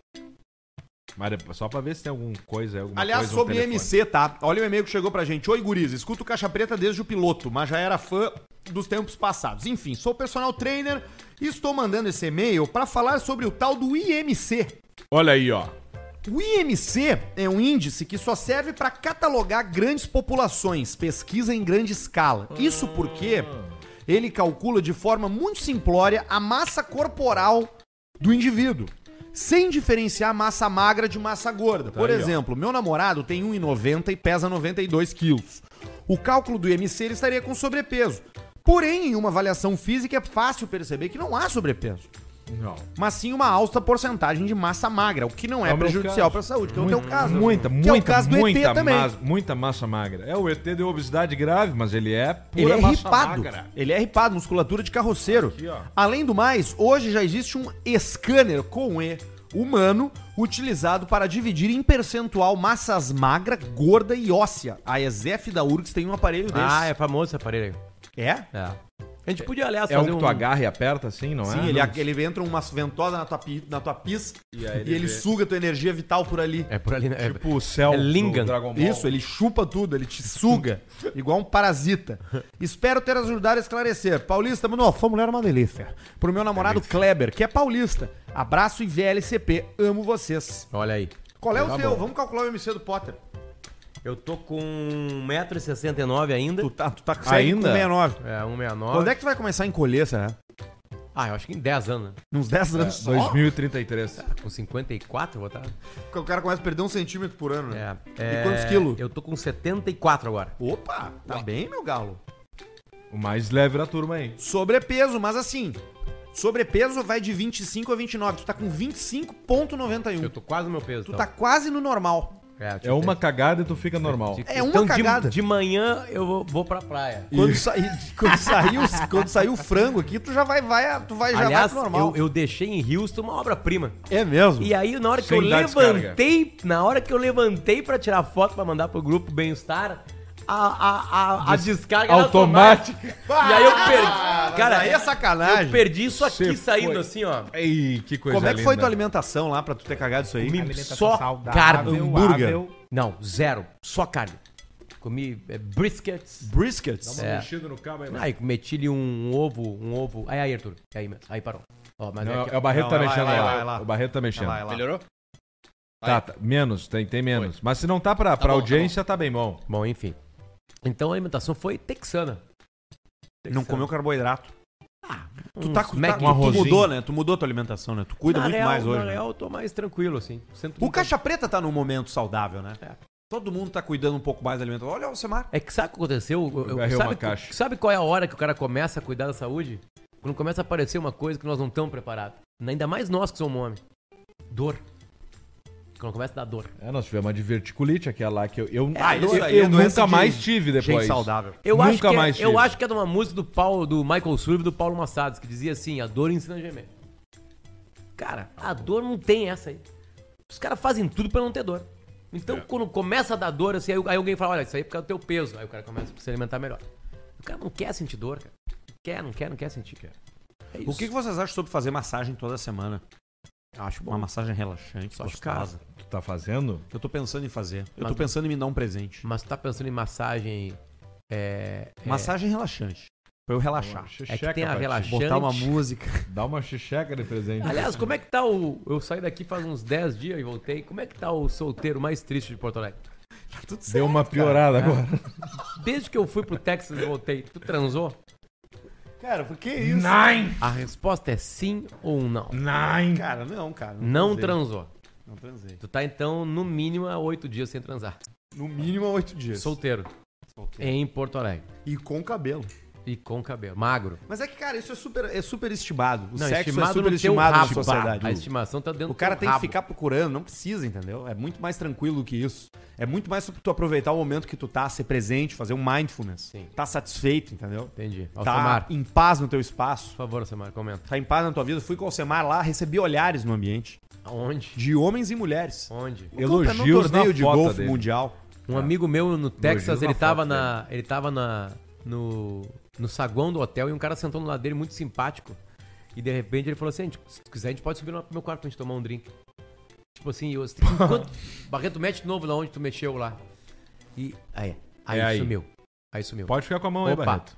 Mas é só pra ver se tem alguma coisa, alguma Aliás, coisa no sobre telefone. M C, tá? Olha o e-mail que chegou pra gente. Oi, guris, escuto o Caixa Preta desde o piloto, mas já era fã dos tempos passados. Enfim, sou personal trainer e estou mandando esse e-mail pra falar sobre o tal do I M C. Olha aí, ó. O I M C é um índice que só serve para catalogar grandes populações, pesquisa em grande escala. Isso porque ele calcula de forma muito simplória a massa corporal do indivíduo, sem diferenciar massa magra de massa gorda. Por aí, ó. exemplo, meu namorado tem um e noventa e pesa noventa e dois quilos. O cálculo do I M C ele estaria com sobrepeso. Porém, em uma avaliação física é fácil perceber que não há sobrepeso, Não. mas sim uma alta porcentagem de massa magra, o que não é, É o meu prejudicial caso. para a saúde, que é o Muita, teu caso. Muita, que muita, é o caso do muita, E T também. mas- muita massa magra. É, o E T deu obesidade grave, mas ele é pura Ele é massa ripado. magra. Ele é ripado, musculatura de carroceiro. Aqui, ó. Além do mais, hoje já existe um scanner com E humano utilizado para dividir em percentual massas magra, gorda e óssea. A ESEF da U R G S tem um aparelho desse. Ah, é famoso esse aparelho aí. É? É. A gente podia, aliás, É um fazer que tu agarra e aperta assim, não Sim, é? ele, Não. ele entra uma ventosa na tua, pi- na tua pista E e, aí ele ele vê. suga tua energia vital por ali. É por ali, né? É- Tipo o céu É Lingan. do Dragon Ball. Isso, ele chupa tudo, ele te suga, igual um parasita. Espero ter ajudado a esclarecer. Paulista, mano, Sua mulher é uma delícia. pro meu namorado Kleber, que é paulista. Abraço e V L C P, amo vocês. Olha aí. Qual é o Tá teu? bom. Vamos calcular o M C do Potter. Eu tô com um metro e sessenta e nove ainda. Tu tá, tu tá Ainda? com sessenta e nove. É, um sessenta e nove. Quando é que tu vai começar a encolher, será? Ah, eu acho que em dez anos, né? Uns dez anos só? dois mil e trinta e três. Com cinquenta e quatro eu vou estar. O cara começa a perder um centímetro por ano, né? É. E quantos quilos? Eu tô com setenta e quatro agora. Opa, tá bem, meu galo. O mais leve da turma aí. Sobrepeso, mas assim, sobrepeso vai de vinte e cinco a vinte e nove. Tu tá com vinte e cinco vírgula noventa e um. Eu tô quase no meu peso. Tu então. tá quase no normal. É uma cagada e tu fica normal. É uma Então, de- cagada. De, manhã eu vou, vou pra praia. Quando, sair, quando, sair os- quando sair o frango aqui, tu já vai, vai, tu vai, já Aliás, vai pro normal. eu, eu deixei em Houston uma obra-prima. É mesmo? E aí, na hora que Sem eu dar descarga. levantei, na hora que eu levantei pra tirar foto pra mandar pro grupo Bem-Estar, a, a, a, a descarga era automática. E aí eu perdi. Cara, aí é sacanagem. eu perdi isso aqui Você saindo foi. assim, ó. Ei, que coisa Como é que foi linda. tua alimentação lá pra tu ter cagado isso aí? Comi só carne. hambúrguer. Não, zero. Só carne. Comi é, briskets. Briskets? É. Mexido no cabo aí, Aí meti-lhe um ovo, um ovo. Aí, aí, Arthur. Aí mesmo. Aí parou. Ó, mas Não, aqui, é o Barreto Não, tá vai lá, mexendo vai aí. lá, ó. vai lá. O Barreto tá mexendo. Vai lá. Melhorou? Tá, tá, menos, tem, tem menos. Mas se não tá pra, pra bom, tá audiência, tá, bem bom. Bom, enfim. Então a alimentação foi texana. Não comeu carboidrato. Tu, Uns tá, tu, Mac tá, e tu arrozinho. mudou, né? Tu mudou tua alimentação, né? Tu cuida Na muito real, mais hoje. Na né? real, eu tô mais tranquilo, assim. Sinto O muita- Caixa Preta tá num momento saudável, né? É. Todo mundo tá cuidando um pouco mais da alimentação. Olha o Semar. É que sabe o que aconteceu? Eu- eu- agarrei uma sabe, caixa. sabe qual é a hora que o cara começa a cuidar da saúde? Quando começa a aparecer uma coisa que nós não estamos preparados. Ainda mais nós que somos homens. Dor. Quando começa a dar dor. É, nós tivemos uma diverticulite, aquela lá que eu, eu, Ah, isso eu, aí é eu doença nunca de mais tive depois. Gente saudável. Eu Nunca acho que mais é, eu tive. acho que é de uma música do Paulo, do Michael Sullivan e do Paulo Massados, que dizia assim, a dor ensina a gemer. Cara, a dor não tem essa aí. Os caras fazem tudo pra não ter dor. Então, É. quando começa a dar dor, assim, aí, aí alguém fala, olha, isso aí é por causa do teu peso. Aí o cara começa a se alimentar melhor. O cara não quer sentir dor, cara. Não quer, não quer, não quer sentir. Quer. É isso. O que, que vocês acham sobre fazer massagem toda semana? Acho bom. Uma massagem relaxante, Só acho gostosa. Tu tá fazendo? Eu tô pensando em fazer. Eu Mas- tô pensando em me dar um presente. Mas tu tá pensando em massagem... É, é, Massagem relaxante. Pra eu relaxar. é que tem a relaxante. Botar uma música. Dá uma xixeca de presente. Aliás, como é que tá o... Eu saí daqui faz uns dez dias e voltei. Como é que tá o solteiro mais triste de Porto Alegre? Tudo certo, Deu uma piorada agora. Desde que eu fui pro Texas e voltei, tu transou? Cara, por que isso? Nine! A resposta é sim ou não. Nine! Cara, não, cara. Não transei. transou. Não transei. Tu tá, então, no mínimo, há oito dias sem transar. No mínimo há oito dias. Solteiro. Solteiro. Em Porto Alegre. E com cabelo. E com cabelo. Magro. Mas é que, cara, isso é super, é super estimado. O Não, sexo é estimado super no teu estimado na rabo. sociedade. A estimação tá dentro O cara do teu tem que rabo. ficar procurando, não precisa, entendeu? É muito mais tranquilo que isso. É muito mais sobre tu aproveitar o momento que tu tá, ser presente, fazer um mindfulness. Sim. Tá satisfeito, entendeu? Entendi. Tá Alcemar, em paz no teu espaço. por favor, Alcemar, comenta. Tá em paz na tua vida. Fui com o Alcemar lá, recebi olhares no ambiente. Aonde? De homens e mulheres. Onde? Elogios no torneio na de foto golfe dele. mundial. Um amigo meu no Texas, Elogio ele na tava foto na. Ele tava na. No, no saguão do hotel e um cara sentou no lado dele muito simpático. E de repente ele falou assim: se tu quiser, a gente pode subir lá pro meu quarto pra gente tomar um drink. Tipo assim, eu, enquanto, Barreto, mete de novo lá onde tu mexeu lá. E aí, aí, É aí. sumiu. Aí sumiu. Pode ficar com a mão aí, Opa. Barreto.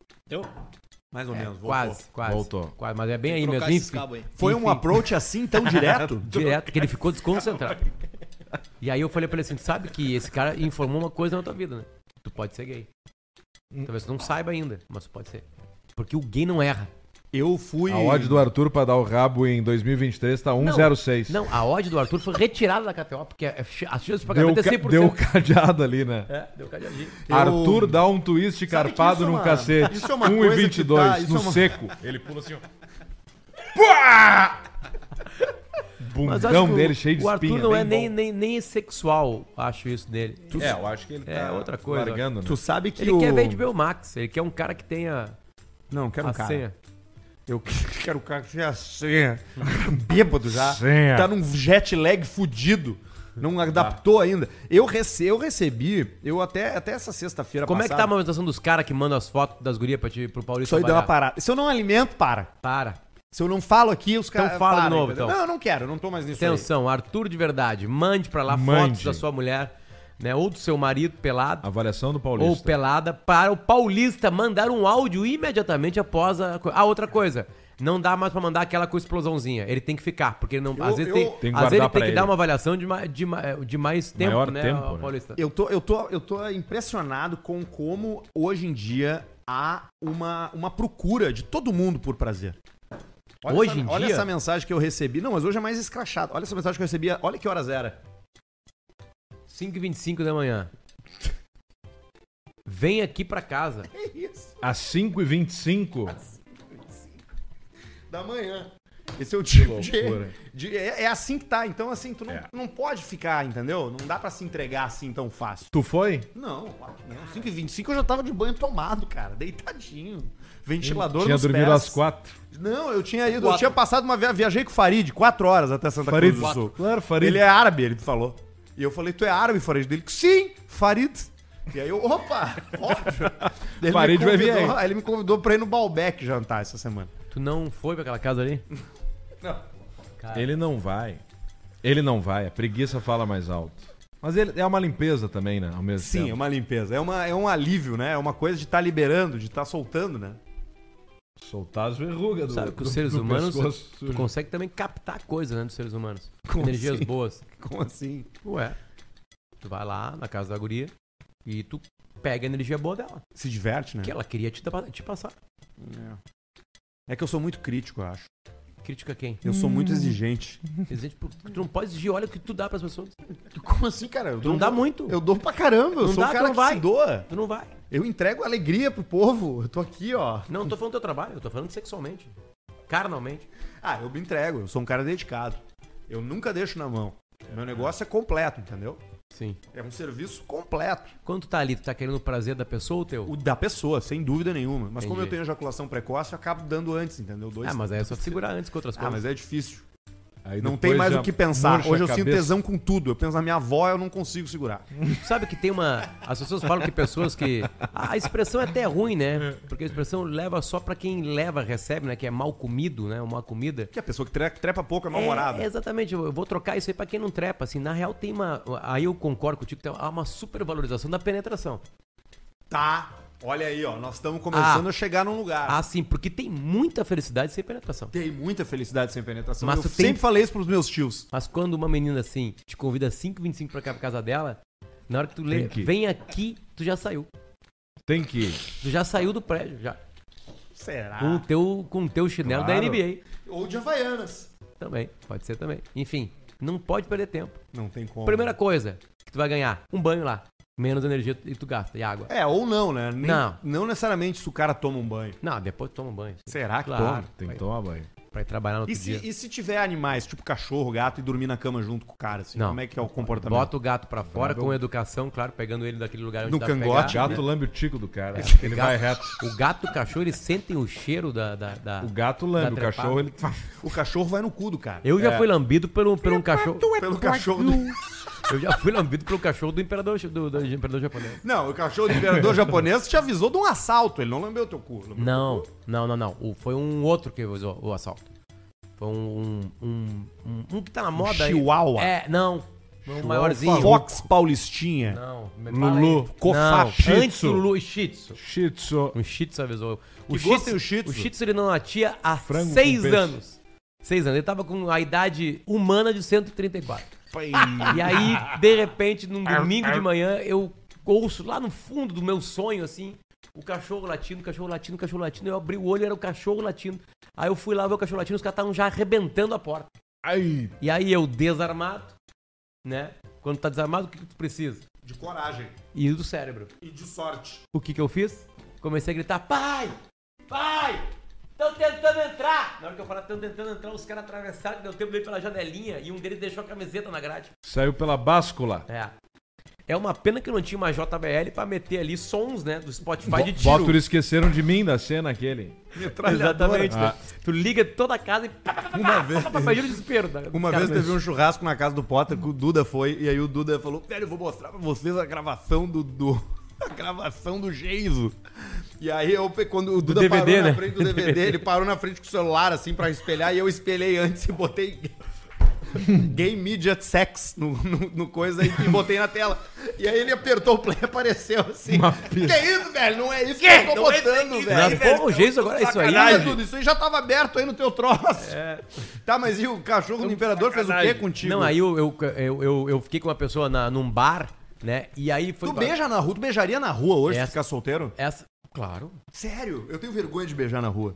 Mais ou É, menos. voltou. quase, quase. Voltou. Quase, mas é bem aí Trocar mesmo. esses Enfim, cabos aí. Foi um Enfim. approach assim tão direto? direto, que ele ficou desconcentrado. E aí eu falei pra ele assim: tu sabe que esse cara informou uma coisa na tua vida, né? Tu pode ser gay. Talvez tu não saiba ainda, mas tu pode ser. Porque o gay não erra. Eu fui. A odd do Arthur pra dar o rabo em dois mil e vinte e três tá um zero seis. Não, a odd do Arthur foi retirada da K T O, porque a a chance de Deu, pagamento é ca- cem por deu cento. cadeado ali, né? É, deu cadeadinho. Eu- Arthur dá um twist Sabe que carpado isso é num uma- cacete. isso é uma um e coisa vinte e que dois tá- isso no é uma- seco. Ele pula assim, ó. Mas eu Bundão acho que dele o- cheio de O Arthur espinha. não é bem nem, bom. nem, nem sexual, acho isso dele. É, eu acho que ele É, tá outra coisa, largando, né? Tu sabe que Ele o... quer ver de B Max, ele quer um cara que tenha Não, eu quero um a cara. senha. Eu quero um cara que seja senha. Bêbado já. Senha. Tá num jet lag fudido. Não adaptou ainda. Eu, rece... eu recebi, eu até, até essa sexta-feira Como é que tá a passada... movimentação dos caras que mandam as fotos das gurias pra ti, pro Paulista Isso aí deu uma trabalhar? parada. Se eu não alimento, para. Para. Se eu não falo aqui, os caras. fala de param, novo, entendeu? então. Não, eu não quero, eu não tô mais nisso. aí. Atenção, Arthur de verdade, mande pra lá Mande. fotos da sua mulher, né, ou do seu marido pelado, Avaliação do ou Paulista. pelada, para o Paulista mandar um áudio imediatamente após a... co- Ah, outra coisa, não dá mais pra mandar aquela com explosãozinha, ele tem que ficar, porque ele não, Eu- às vezes eu- tem, Tem que às vezes ele guardar tem pra que dar ele. uma avaliação de, ma- de, ma- de mais tempo, Maior né, tempo, o né? Paulista? Eu tô, eu, tô, eu tô impressionado com como hoje em dia há uma, uma procura de todo mundo por prazer. Olha Hoje essa, em olha dia? essa mensagem que eu recebi. Não, mas hoje é mais escrachado. Olha essa mensagem que eu recebi. Olha que horas era. cinco e vinte e cinco da manhã. Vem aqui pra casa. É isso. Às cinco e vinte e cinco. Da manhã. Esse é o tipo de, loucura. de- é, é assim que tá. Então, assim, tu não, É. não pode ficar, entendeu? Não dá pra se entregar assim tão fácil. Tu foi? Não, claro que não. cinco e vinte e cinco eu já tava de banho tomado, cara. Deitadinho. Ventilador Tinha nos dormido pés. às quatro. Não, eu tinha ido, eu tinha passado uma viagem, viajei com o Farid, quatro horas até Santa Farid. Cruz do Sul. Claro, Farid. Ele é árabe, ele falou. E eu falei, tu é árabe, Farid? Dele, sim, Farid. E aí eu, opa, óbvio. Ele Farid me vai vir convidou- aí. Ele me convidou pra ir no Balbec jantar essa semana. Tu não foi pra aquela casa ali? Ele não vai. Ele não vai. A preguiça fala mais alto. Mas ele é uma limpeza também, né? Ao mesmo Sim, é tempo. uma limpeza. É, uma, é um alívio, né? É uma coisa de estar liberando, de estar soltando, né? Soltar as verrugas do Sabe que os do- seres do humanos, pescoço tu sujo. consegue também captar coisas, né, dos seres humanos. Como Energias assim? boas. Como assim? Ué, tu vai lá na casa da guria e tu pega a energia boa dela. Se diverte, né? Que ela queria te, dar- te passar. É que eu sou muito crítico, eu acho. Crítica quem? Eu sou muito exigente. Exigente por- Tu não pode exigir, olha o que tu dá pras pessoas. Como assim, cara? Eu Tu não dá dou- muito. Eu dou pra caramba. Eu Não sou dá, um tu cara não que vai. se doa. Tu não vai. Eu entrego alegria pro povo. Eu tô aqui, ó. Não, não tô falando do teu trabalho, eu tô falando sexualmente. Carnalmente. Ah, eu me entrego. Eu sou um cara dedicado. Eu nunca deixo na mão. O meu negócio é completo, entendeu? Sim. É um serviço completo. Quando tu tá ali, tu tá querendo o prazer da pessoa ou o teu? O da pessoa, sem dúvida nenhuma. Mas como Entendi. eu tenho ejaculação precoce, eu acabo dando antes, entendeu? Dois Ah, mas aí é só segurar antes com outras Ah, coisas. mas é difícil. Aí Não depois tem mais já o que pensar. murcha Hoje a eu sinto cabeça. tesão com tudo. Eu penso na minha avó, eu não consigo segurar. Sabe que tem uma... As pessoas falam que pessoas que... A expressão é até ruim, né? Porque a expressão leva só pra quem leva, recebe, né? Que é mal comido, né? Uma comida. Que a pessoa que trepa, trepa pouco é mal-humorada. É, exatamente, eu eu vou trocar isso aí pra quem não trepa, assim, na real tem uma, aí eu concordo contigo, tem uma supervalorização da penetração. Tá. Olha aí, ó. Nós estamos começando Ah. a chegar num lugar. Ah, sim, porque tem muita felicidade sem penetração. Tem muita felicidade sem penetração. Mas eu tu sempre tem- falei isso pros meus tios. Mas quando uma menina, assim, te convida às cinco e vinte e cinco pra cá pra casa dela, na hora que tu lê, Tem que ir. vem aqui, tu já saiu. Tem que ir. Tu já saiu do prédio, já. Será? Com o teu, com o teu chinelo Claro. da N B Ou de Havaianas. A. Também, pode ser também. Enfim, não pode perder tempo. Não tem como. Primeira coisa que tu vai ganhar, um banho lá. Menos energia e tu gasta, e água. É, ou não, né? Nem- Não. Não necessariamente se o cara toma um banho. Não, depois tu toma um banho. Será que Claro. toma? Tem que Vai. tomar banho. Pra ir trabalhar no outro E se, dia. e se tiver animais, tipo cachorro, gato, e dormir na cama junto com o cara, assim? Não. Como é que é o comportamento? Bota o gato pra fora com educação, claro, pegando ele daquele lugar onde No dá pra cangote, pegar. Gato lambe o tico do cara. É, Ele gato- vai reto. O gato e o cachorro, eles sentem o cheiro da... da, da- O gato lambe, o trepada. cachorro ele... O cachorro vai no cu do cara. Eu já É. fui lambido pelo, por um cachorro... Pelo cachorro do... Eu já fui lambido pelo cachorro do imperador, do, do imperador japonês. Não, o cachorro do imperador japonês te avisou de um assalto. Ele não lambeu teu cu. Lambeu Não, teu cu. não, não, não. O- foi um outro que usou o assalto. Foi um... Um, um, um- um que tá na moda aí. Chihuahua. É, não. Um maiorzinho. Fox Paulistinha. Não. me Lulu. fala aí. Cofa- Não, Shih antes Tzu. do Lulu, Shih Tzu. Shih Tzu. Um Shih Tzu avisou. O Que gosto tem o Shih Tzu? O Shih Tzu ele não latia há Frango com seis peixe. anos. Seis anos. Ele tava com a idade humana de cento e trinta e quatro. E aí, de repente, num domingo de manhã, eu ouço lá no fundo do meu sonho, assim, o cachorro latindo, o cachorro latindo, o cachorro latindo. Eu abri o olho, era o cachorro latindo. Aí eu fui lá ver o cachorro latindo, os caras estavam já arrebentando a porta. Ai, E aí eu desarmado, né? Quando tá desarmado, o que, que tu precisa? De coragem. E do cérebro. E de sorte. O que que eu fiz? Comecei a gritar, pai! Pai! Estão tentando entrar! Na hora que eu falar, estão tentando entrar, os caras atravessaram, que deu tempo dele pela janelinha e um deles deixou a camiseta na grade. saiu pela báscula. É. É uma pena que eu não tinha uma J B L pra meter ali sons, né, do Spotify de tiro. Bota, eles esqueceram de mim da cena aquele. Exatamente. Ah. né? Tu liga toda a casa e... Uma vez... Imagina o desespero. Da, Uma vez teve um churrasco na casa do Potter que o Duda foi, e aí o Duda falou, velho, eu vou mostrar pra vocês a gravação do... do... A gravação do Geiso. E aí eu, pe- quando o Duda D V D, parou né? na frente do D V D, ele parou na frente com o celular, assim, pra espelhar, e eu espelhei antes e botei Gay Media Sex no, no, no coisa e, e botei na tela. E aí ele apertou o play e apareceu assim. Que isso, velho? Não é isso que, eu tô Não é isso botando, aqui, velho. velho. Pô, o Geiso agora é isso aí. Sacanagem, Duda, isso aí já tava aberto aí no teu troço. Tá, mas e o cachorro do imperador fez o quê contigo? Não, aí eu, eu, eu, eu, eu fiquei com uma pessoa na, num bar, né, e aí foi... Tu beija na rua, tu beijaria na rua hoje Essa- se ficar solteiro? Essa... Claro. Sério, eu tenho vergonha de beijar na rua.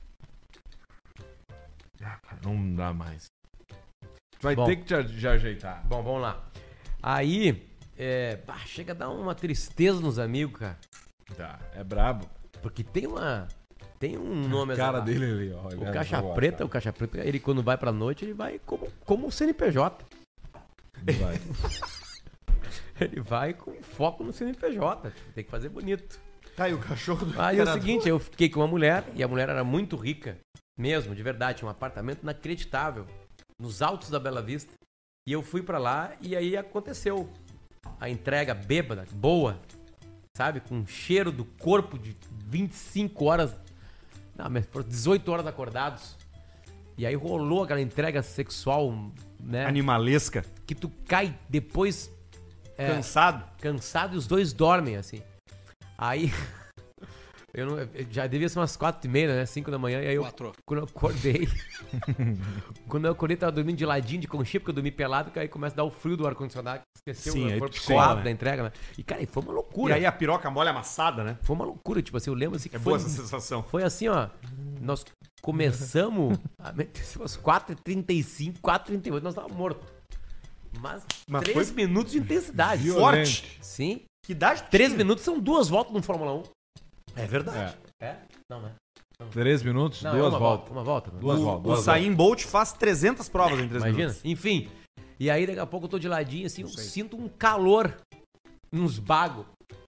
Não dá mais. Tu vai Bom. ter que te a- te ajeitar. Bom, vamos lá. Aí, é, bah, chega a dar uma tristeza nos amigos, cara. Tá, é brabo. Porque tem uma... Tem um nome... A cara exato. dele ali, ó. O olhando Caixa pro Preta, WhatsApp. o Caixa Preta, ele quando vai pra noite, ele vai como, como o C N P J. Vai. Ele vai com foco no C N P J. Tem que fazer bonito. Tá, e o cachorro do Aí é o imperador? seguinte, eu fiquei com uma mulher, e a mulher era muito rica, mesmo, de verdade, tinha um apartamento inacreditável, nos altos da Bela Vista. E eu fui pra lá, e aí aconteceu a entrega bêbada, boa, sabe? Com cheiro do corpo de vinte e cinco horas, não, mas foram dezoito horas acordados. E aí rolou aquela entrega sexual, né? Animalesca. Que tu cai depois é, Cansado. cansado e os dois dormem, assim. Aí, eu não, eu já devia ser umas quatro e meia, né? Cinco da manhã, e aí eu, quando eu acordei, quando eu acordei, tava dormindo de ladinho, de conchinha, porque eu dormi pelado, que aí começa a dar o frio do ar-condicionado, esqueceu Sim, o aí corpo tu coado cola, né? da entrega, né? E, cara, e foi uma E loucura. aí a piroca mole amassada, né? Foi uma loucura, tipo assim, eu lembro assim que É foi, boa essa sensação. foi assim, ó, nós começamos a meter umas quatro e trinta e cinco, quatro e trinta e oito, nós tava morto. Mas, Mas três foi minutos de intensidade. Violento. Forte. Sim. Que idade tu Três tinha? minutos são duas voltas no Fórmula um. É verdade. É. É? Não, né? Três minutos, Não, é duas uma voltas. volta. Uma volta. Duas O, voltas. o duas Sain Bolt faz trezentas provas em três Imagina. minutos. Enfim. E aí daqui a pouco eu tô de ladinho assim, eu sinto um calor nos bagos.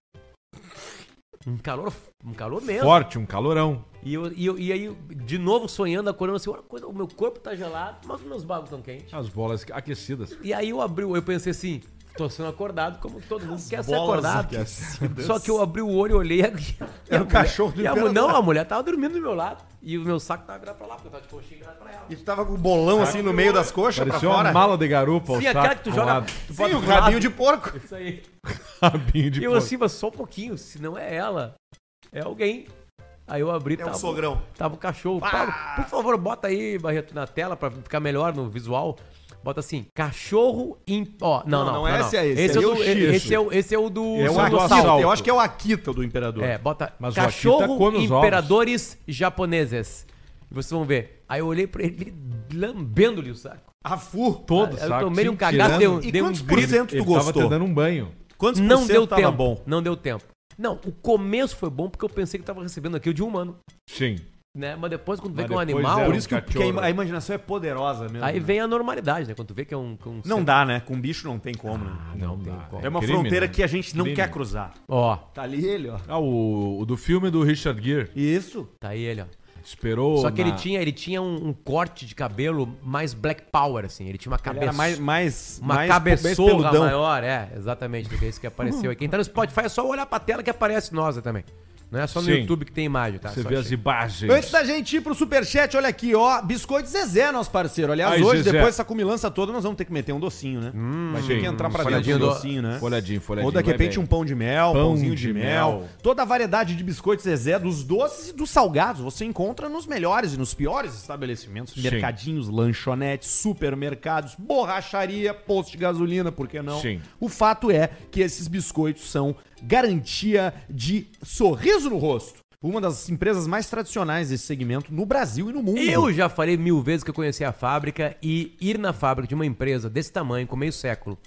Um calor, um calor mesmo. Forte, um calorão. E, eu, e, eu, e aí, de novo, sonhando, acordando assim, olha, coisa, o meu corpo tá gelado, mas os meus bagos estão quentes. As bolas aquecidas. E aí eu abri, eu pensei assim, tô sendo acordado como todo mundo quer ser bolas acordado. Só que eu abri o olho e olhei. E Era o cachorro do e a, imperador. Não, a mulher tava dormindo do meu lado. E o meu saco tava virado pra lá, porque eu tava de coxinha virado pra ela. E tu tava com o bolão assim no meio das coxas pra Parecia fora. uma mala de garupa. o Sim, saco aquela que tu pro joga. lado. Tu Sim, bota o pro rabinho lado. de porco. Isso aí. Rabinho de E eu porco. assim, mas só um pouquinho, se não é ela, é alguém. Aí eu abri, É um tava, sogrão. tava o cachorro. Paulo, por favor, bota aí, Barreto, na tela pra ficar melhor no visual. Bota assim, cachorro imp... Ó, não, Não, não, não, não, esse não. é esse, Esse é, aí o é o do, X. esse, é o, esse é o do... É o do Akita. assalto. Eu acho que é o Akita do imperador. É, bota Mas o Akita cachorro come os ovos. imperadores japoneses. E vocês vão ver. Aí eu olhei pra ele, ele lambendo-lhe o saco. A fu. Todo, Aí eu saco. tomei um sim, cagado, tirando. deu, E deu um quantos por grito. cento tu Ele tava gostou? te dando um banho. Quantos por Não cento deu tava tempo. bom? Não deu tempo. Não, o começo foi bom porque eu pensei que eu tava recebendo aquilo de um humano. Sim. Né? Mas depois, quando vê Mas que é um depois animal, era Por isso que, o- que cachorro. a imaginação é poderosa mesmo. aí né? vem a normalidade, né? Quando tu vê que é um... que é um Não ser- dá, né? Com bicho não tem como, né? Não tem dá. como. É uma crime, fronteira né? que a gente não Crime. quer cruzar. Ó, Tá ali ele, ó. Ah, o, o do filme do Richard Gere. Isso. tá aí ele, ó. Esperou. Só que na- ele tinha, ele tinha um, um corte de cabelo mais black power, assim. Ele tinha uma Ele cabeça... era mais, mais, Uma mais cabeçorra peludão. maior, é, exatamente, do que esse que apareceu aqui. Então no Spotify é só olhar pra tela que aparece nós também. Não é só no Sim. YouTube que tem imagem, tá? Você Só vê as chega. imagens. Antes da gente ir pro superchat, olha aqui, ó. Biscoito Zezé, nosso parceiro. Aliás, Aí, hoje, Zezé. depois dessa cumilança toda, nós vamos ter que meter um docinho, né? Vai ter sim. que entrar pra dentro Folhadinho do do- docinho, né? Folhadinho, folhadinho. Ou de vai repente bem. um pão de mel, Pão pãozinho de, de mel. mel. Toda a variedade de biscoitos Zezé, dos doces e dos salgados, você encontra nos melhores e nos piores estabelecimentos. Sim. Mercadinhos, lanchonetes, supermercados, borracharia, posto de gasolina, por que não? Sim. O fato é que esses biscoitos são garantia de sorriso no rosto. Uma das empresas mais tradicionais desse segmento no Brasil e no mundo. Eu já falei mil vezes que eu conheci a fábrica e ir na fábrica de uma empresa desse tamanho, com meio século,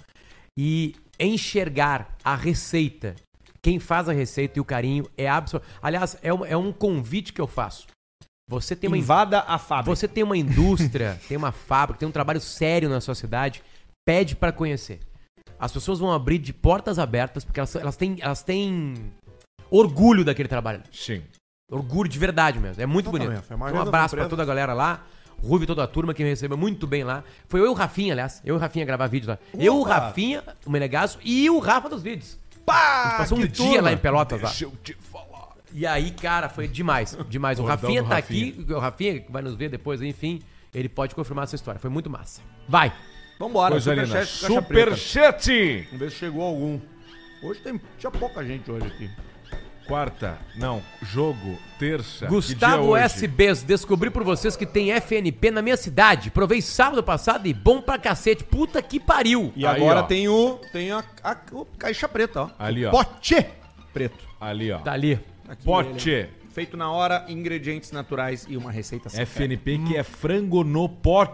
e enxergar a receita, quem faz a receita e o carinho é absoluto. Aliás, é um, é um convite que eu faço. Você tem uma, Invada a fábrica. você tem uma indústria, tem uma fábrica, tem um trabalho sério na sua cidade, pede pra conhecer. As pessoas vão abrir de portas abertas porque elas, elas, têm, elas têm orgulho daquele trabalho. Sim. Orgulho de verdade mesmo. É muito Exatamente, bonito. é uma Então, um das abraço pra empresas. toda a galera lá. Ruve e toda a turma que me recebeu muito bem lá. Foi eu e o Rafinha, aliás. Eu e o Rafinha gravar vídeo lá. Eu, o Rafinha, o Menegasso e o Rafa dos vídeos. A gente passou um dia lá em Pelotas lá. Deixa eu te falar. E aí, cara, foi demais. Demais. O Bordão Rafinha do tá Rafinha. aqui. O Rafinha que vai nos ver depois, enfim. Ele pode confirmar essa história. Foi muito massa. Vai. Vambora, Coisa linda. superchat, caixa preta. Superchat. Vamos ver se chegou algum. Hoje tem, tinha pouca gente hoje aqui. Quarta, não, jogo, terça. Gustavo que dia é hoje? S Bs, descobri por vocês que tem F N P na minha cidade. Provei sábado passado e bom pra cacete. Puta que pariu. E Aí, agora ó. tem o tem a, a- o caixa preta, ó. Ali, O ó. Pote preto. Ali, ó. Tá ali. Aqui Pote. ele. Feito na hora, ingredientes naturais e uma receita secreta. F N P que é frango no pote.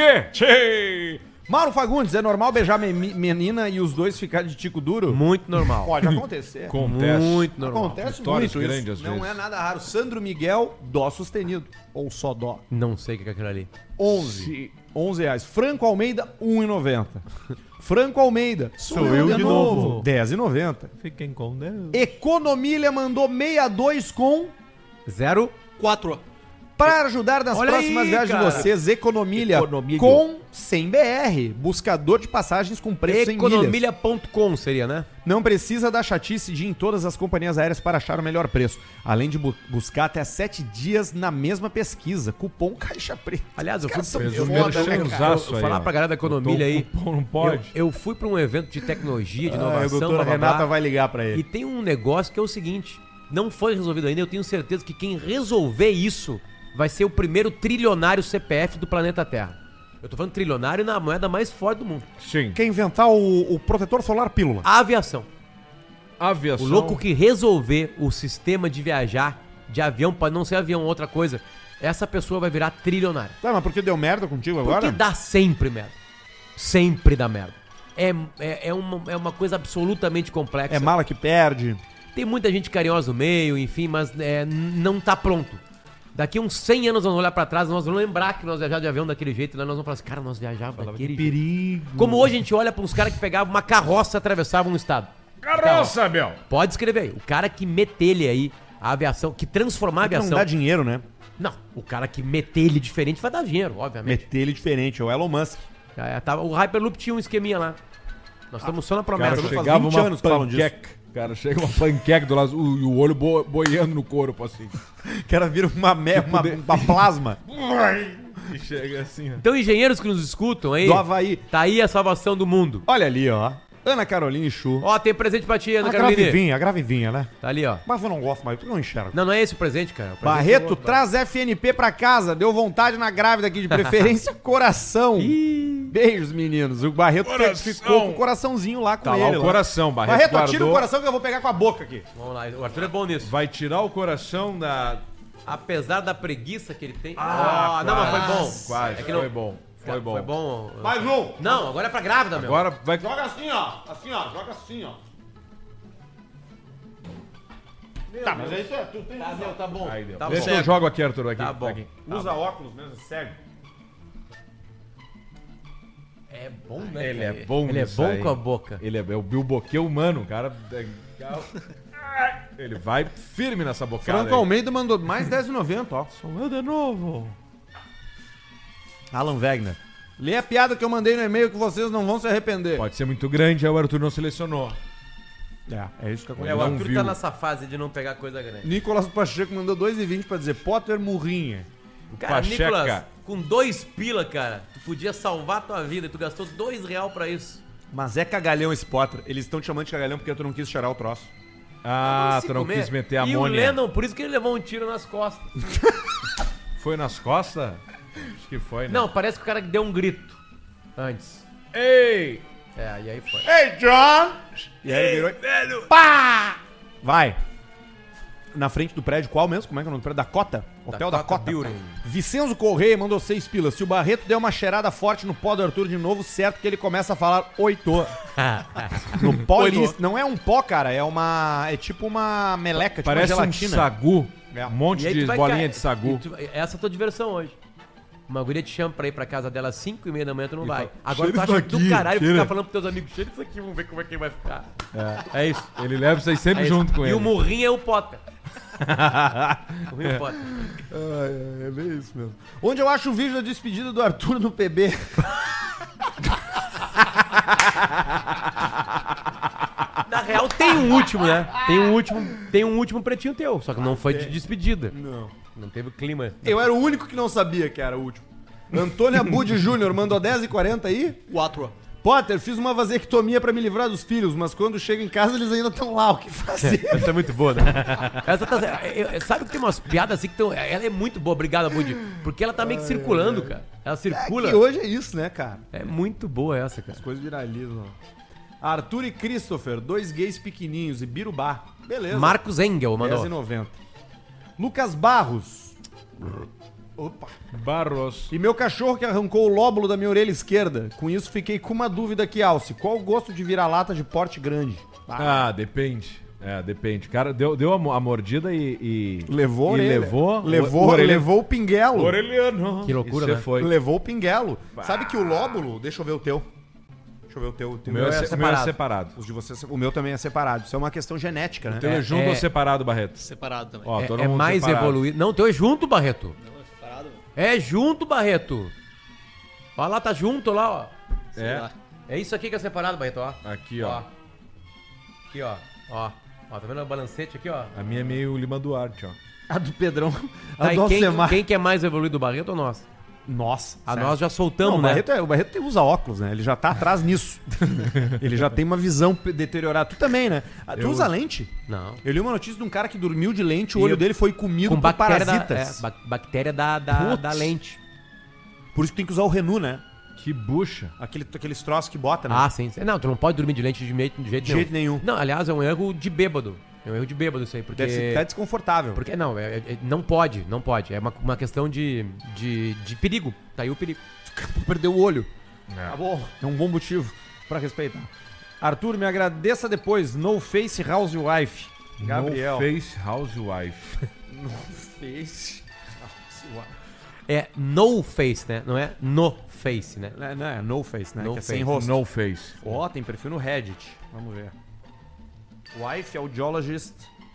Tchê. Mauro Fagundes, é normal beijar me- menina e os dois ficar de tico duro? Muito normal. Pode acontecer. Acontece. Muito normal. Acontece Vitórias muito grandes, isso. às Não vezes. é nada raro. Sandro Miguel, dó sustenido. Ou só dó. Não sei o que é aquilo ali. onze. onze reais. Franco Almeida, um real e noventa. Franco Almeida. Sou eu de novo. dez reais e noventa. Fiquem com Deus. Economília mandou sessenta e dois com... Zero. Quatro. Para ajudar nas Olha próximas aí, viagens cara. de vocês, Economilha Economilho. com cem B R. Buscador de passagens com preço em milhas. Economilha ponto com seria, né? Não precisa da chatice de ir em todas as companhias aéreas para achar o melhor preço. Além de bu- buscar até sete dias na mesma pesquisa. Cupom Caixa Preta. Aliás, eu fui caras são eu, Fez um foda, né, merchanzaço eu aí, falar ó. pra galera da Economilha aí. Botou um cupom, não pode. Eu, eu fui pra um evento de tecnologia, de Ah, a inovação, doutora blá, blá, Renata blá, vai ligar pra e ele. tem um negócio que é o seguinte, não foi resolvido ainda, eu tenho certeza que quem resolver isso vai ser o primeiro trilionário C P F do planeta Terra. Eu tô falando trilionário na moeda mais forte do mundo. Sim. Quer inventar o, o protetor solar pílula. A aviação. Aviação. O louco que resolver o sistema de viajar de avião, pode não ser avião, outra coisa, essa pessoa vai virar trilionário. Tá, mas por que deu merda contigo Porque agora? dá sempre merda. Sempre dá merda. É, é, é, uma, é uma coisa absolutamente complexa. É mala que perde. Tem muita gente carinhosa no meio, enfim, mas é, n- não tá pronto. Daqui uns cem anos nós vamos olhar pra trás, nós vamos lembrar que nós viajávamos de avião daquele jeito, né? Nós vamos falar assim, cara, nós viajávamos daquele jeito. Perigo. Como hoje a gente olha pra uns caras que pegavam uma carroça e atravessavam um estado. Carroça, Bel. Pode escrever aí. O cara que metelha aí a aviação, que transformar a Não aviação. dá dinheiro, né? Não, o cara que metelha diferente vai dar dinheiro, obviamente. Meter ele diferente, é o Elon Musk. É, tava, o Hyperloop tinha um esqueminha lá. Nós estamos só na Cara, promessa. faz chegava vinte uma anos que falam disso. panqueca. Cara, chega uma panqueca do lado e o olho bo- boiando no corpo, assim. O cara vira uma, me... uma, uma plasma E chega assim, ó. Então, engenheiros que nos escutam aí, do Havaí. tá aí a salvação do mundo. Olha ali, ó. Ana Caroline Chu. Ó, tem presente pra ti, Ana A grave Caroline. vinha, a grave vinha, né? Tá ali, ó. Mas eu não gosto mais, porque eu não enxergo. Não, não é esse o presente, cara. O presente Barreto, é outro. traz F N P pra casa. Deu vontade na grávida aqui, de preferência coração. Beijos, meninos. O Barreto Coração. ficou com o coraçãozinho lá com Tá ele. lá o coração, Barreto, Barreto, guardou. tira o coração que eu vou pegar com a boca aqui. Vamos lá, o Arthur é bom nisso. Vai tirar o coração da... Apesar da preguiça que ele tem. Ah, Ah, não, mas foi bom. Quase, É que não- foi bom. Foi bom. Foi bom. Mais um. Não, agora é pra grávida, meu. Agora vai... Joga assim, ó. Assim, ó. Joga assim, ó. Tá, mas é isso aí. Tu tem Tá, meu, tá bom. Aí deu. Tá Deixa bom. que eu jogo aqui, Arthur, aqui. Tá bom. aqui. Usa óculos mesmo, segue. É bom, né? Ele cara? é bom Ele é nisso bom aí. com a boca. Ele é, é o bilboquê humano, o cara... é legal. Ele vai firme nessa bocada. Franco aí. Almeida mandou mais dez reais e noventa, ó. Sou eu de novo. Alan Wegner. Lê a piada que eu mandei no e-mail que vocês não vão se arrepender. Pode ser muito grande, aí o Arthur não selecionou. É, é isso que Ele É, o não Arthur viu. tá nessa fase de não pegar coisa grande. Nicolas Pacheco mandou dois reais e vinte pra dizer Potter Murrinha. Cara, Pacheca. Nicolas, com dois pila, cara, tu podia salvar a tua vida e tu gastou dois real pra isso. Mas é cagalhão esse Potter. Eles estão te chamando de cagalhão porque tu não quis cheirar o troço. Ah, Vamos se tu não comer. quis meter E o amônia. Lennon, por isso que ele levou um tiro nas costas. Foi nas costas? Acho que foi, né? Não, parece que o cara deu um grito antes. Ei! É, e aí foi. Hey, John! E aí ele virou. Pá! Vai. Na frente do prédio, qual mesmo? Como é que é o nome do prédio? Dakota? Hotel Dakota Dakota. Building. Vicenzo Correia mandou seis pilas. Se o Barreto der uma cheirada forte no pó do Arthur de novo, certo que ele começa a falar oito. No pó, ele, não é um pó, cara. É uma. É tipo uma meleca, tipo Parece uma um gelatina. sagu. É. Um monte E aí de tu vai bolinha cair- de sagu. e tu- essa é a tua diversão hoje. Uma guria te chama pra ir pra casa dela às cinco e meia da manhã, tu não vai. fala, Agora tu "Cheira acha isso do aqui, caralho cheira." ficar falando pros teus amigos, cheira isso aqui, vamos ver como é que vai ficar. É, isso. Ele leva isso aí sempre É isso. junto com e ele. o murrinho é o Potter. o murrinho é o Potter. É, é bem isso mesmo. Onde eu acho o vídeo da despedida do Arthur no P B. Na real, tem um último, né? Tem um último, tem um último pretinho teu, só que não foi de despedida. Não. Não teve clima. Eu era o único que não sabia que era o último. Antônio Abud Júnior mandou dez e quarenta aí. Quatro. Potter, fiz uma vasectomia pra me livrar dos filhos, mas quando chego em casa eles ainda estão lá. O que fazer? Essa é muito boa, né? Essa tá, eu- eu- sabe que tem umas piadas assim que tão, ela é muito boa, obrigado, Budi. Porque ela tá meio que circulando, cara. Ela circula. Que hoje é isso, né, cara? É muito boa essa, cara. As coisas viralizam. Arthur e Christopher, dois gays pequenininhos e Birubá. Beleza. Marcos Engel dez e mandou. noventa. Lucas Barros. Opa. Barros. E meu cachorro que arrancou o lóbulo da minha orelha esquerda. Com isso fiquei com uma dúvida aqui, Alce. Qual o gosto de vira-lata de porte grande? Ah, depende. É, depende. Cara, deu, deu a, mo- a mordida e. e Levou a e orelha. levou. Levou, o, orelha- levou o pinguelo. Orelhano. Que loucura, E cê né? foi. Levou o pinguelo. Sabe que o lóbulo... Deixa eu ver o teu. Deixa eu ver o teu. O meu é, se- o meu é separado. Os de vocês, o meu também é separado. Isso é uma questão genética, né? O teu é, É, junto é- ou separado, Barreto? Separado também. Ó, É, todo é mundo mais separado. evoluído. Não, o teu é junto, Barreto. Não, é separado, velho. É junto, Barreto. Olha lá, tá junto lá, ó. Sei É. lá. É isso aqui que é separado, Barreto, ó. Aqui, ó. Aqui, ó. Ó. Ó, tá vendo o balancete aqui, ó? A minha é meio Lima Duarte, ó. A do Pedrão. A Tá, e do quem, Alcemar. quem que é mais evoluído, o Barreto ou nós? Nossa. A sério. nós já Não, soltamos, o né? Barreto, é- o Barreto tem- usa óculos, né? Ele já tá atrás nisso. Ele já tem uma visão pe- deteriorada. Tu também, né? Ah, Tu Eu- usa lente? Não. Eu li uma notícia de um cara que dormiu de lente, o E olho eu- dele foi comido Com por bactéria da, parasitas. é, ba- bactéria da, da, Putz. da lente. Por isso que tem que usar o Renu, né? Que bucha. Aquele, aqueles troços que bota, né? Ah, sim. sim. Não, tu não pode dormir de lente de jeito, de jeito de nenhum. jeito nenhum. Não, aliás, é um erro de bêbado. É um erro de bêbado isso aí, porque... Deve ser até desconfortável. Porque, não, é- é- não pode, não pode. É uma, uma questão de, de, de perigo. Tá aí o perigo. Perdeu o olho. É. Tá bom. É um bom motivo pra respeitar. Arthur, me agradeça depois. No Face Housewife. Gabriel. No Face Housewife. No Face É no face, né? Não é no face, né? Não, não, é no face, né? No que é face. sem rosto. No face. Ó, tem perfil no Reddit. Vamos ver. Wife audiologist.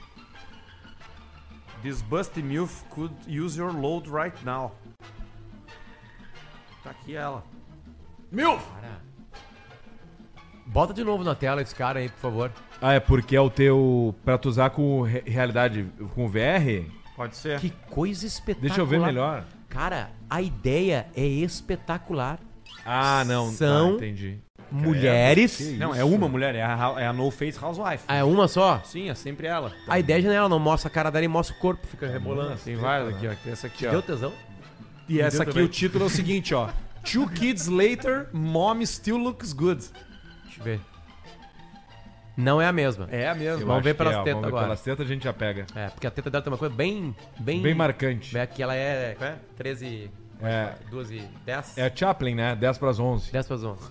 This busty milf could use your load right now. Tá aqui ela. Milf! Bota de novo na tela esse cara aí, por favor. Ah, é porque é o teu... Pra tu usar com re- realidade, com V R? Pode ser. Que coisa espetacular. Deixa eu ver melhor. Cara, a ideia é espetacular. Ah, não. São Ah, entendi. Mulheres. que Não, isso? é uma mulher, é a, é a No Face Housewife. Ah, é uma só? Sim, é sempre ela. A ideia já não é ela não mostra a cara dela e mostra o corpo, fica rebolando. Tem várias aqui, ó. Tem essa aqui, ó. Deu tesão? E essa deu aqui, também. o título é o seguinte, ó. Two kids later, mom still looks good. Deixa eu ver. Não é a mesma. É a mesma. Eu Vamos acho ver que pelas é, ó, tetas vamos ver agora. Pelas tetas a gente já pega. É, porque a teta dela tem uma coisa bem... Bem, Bem marcante. É que ela é... é treze... É, duas e dez? é a Chaplin, né? dez para as onze. dez para as onze.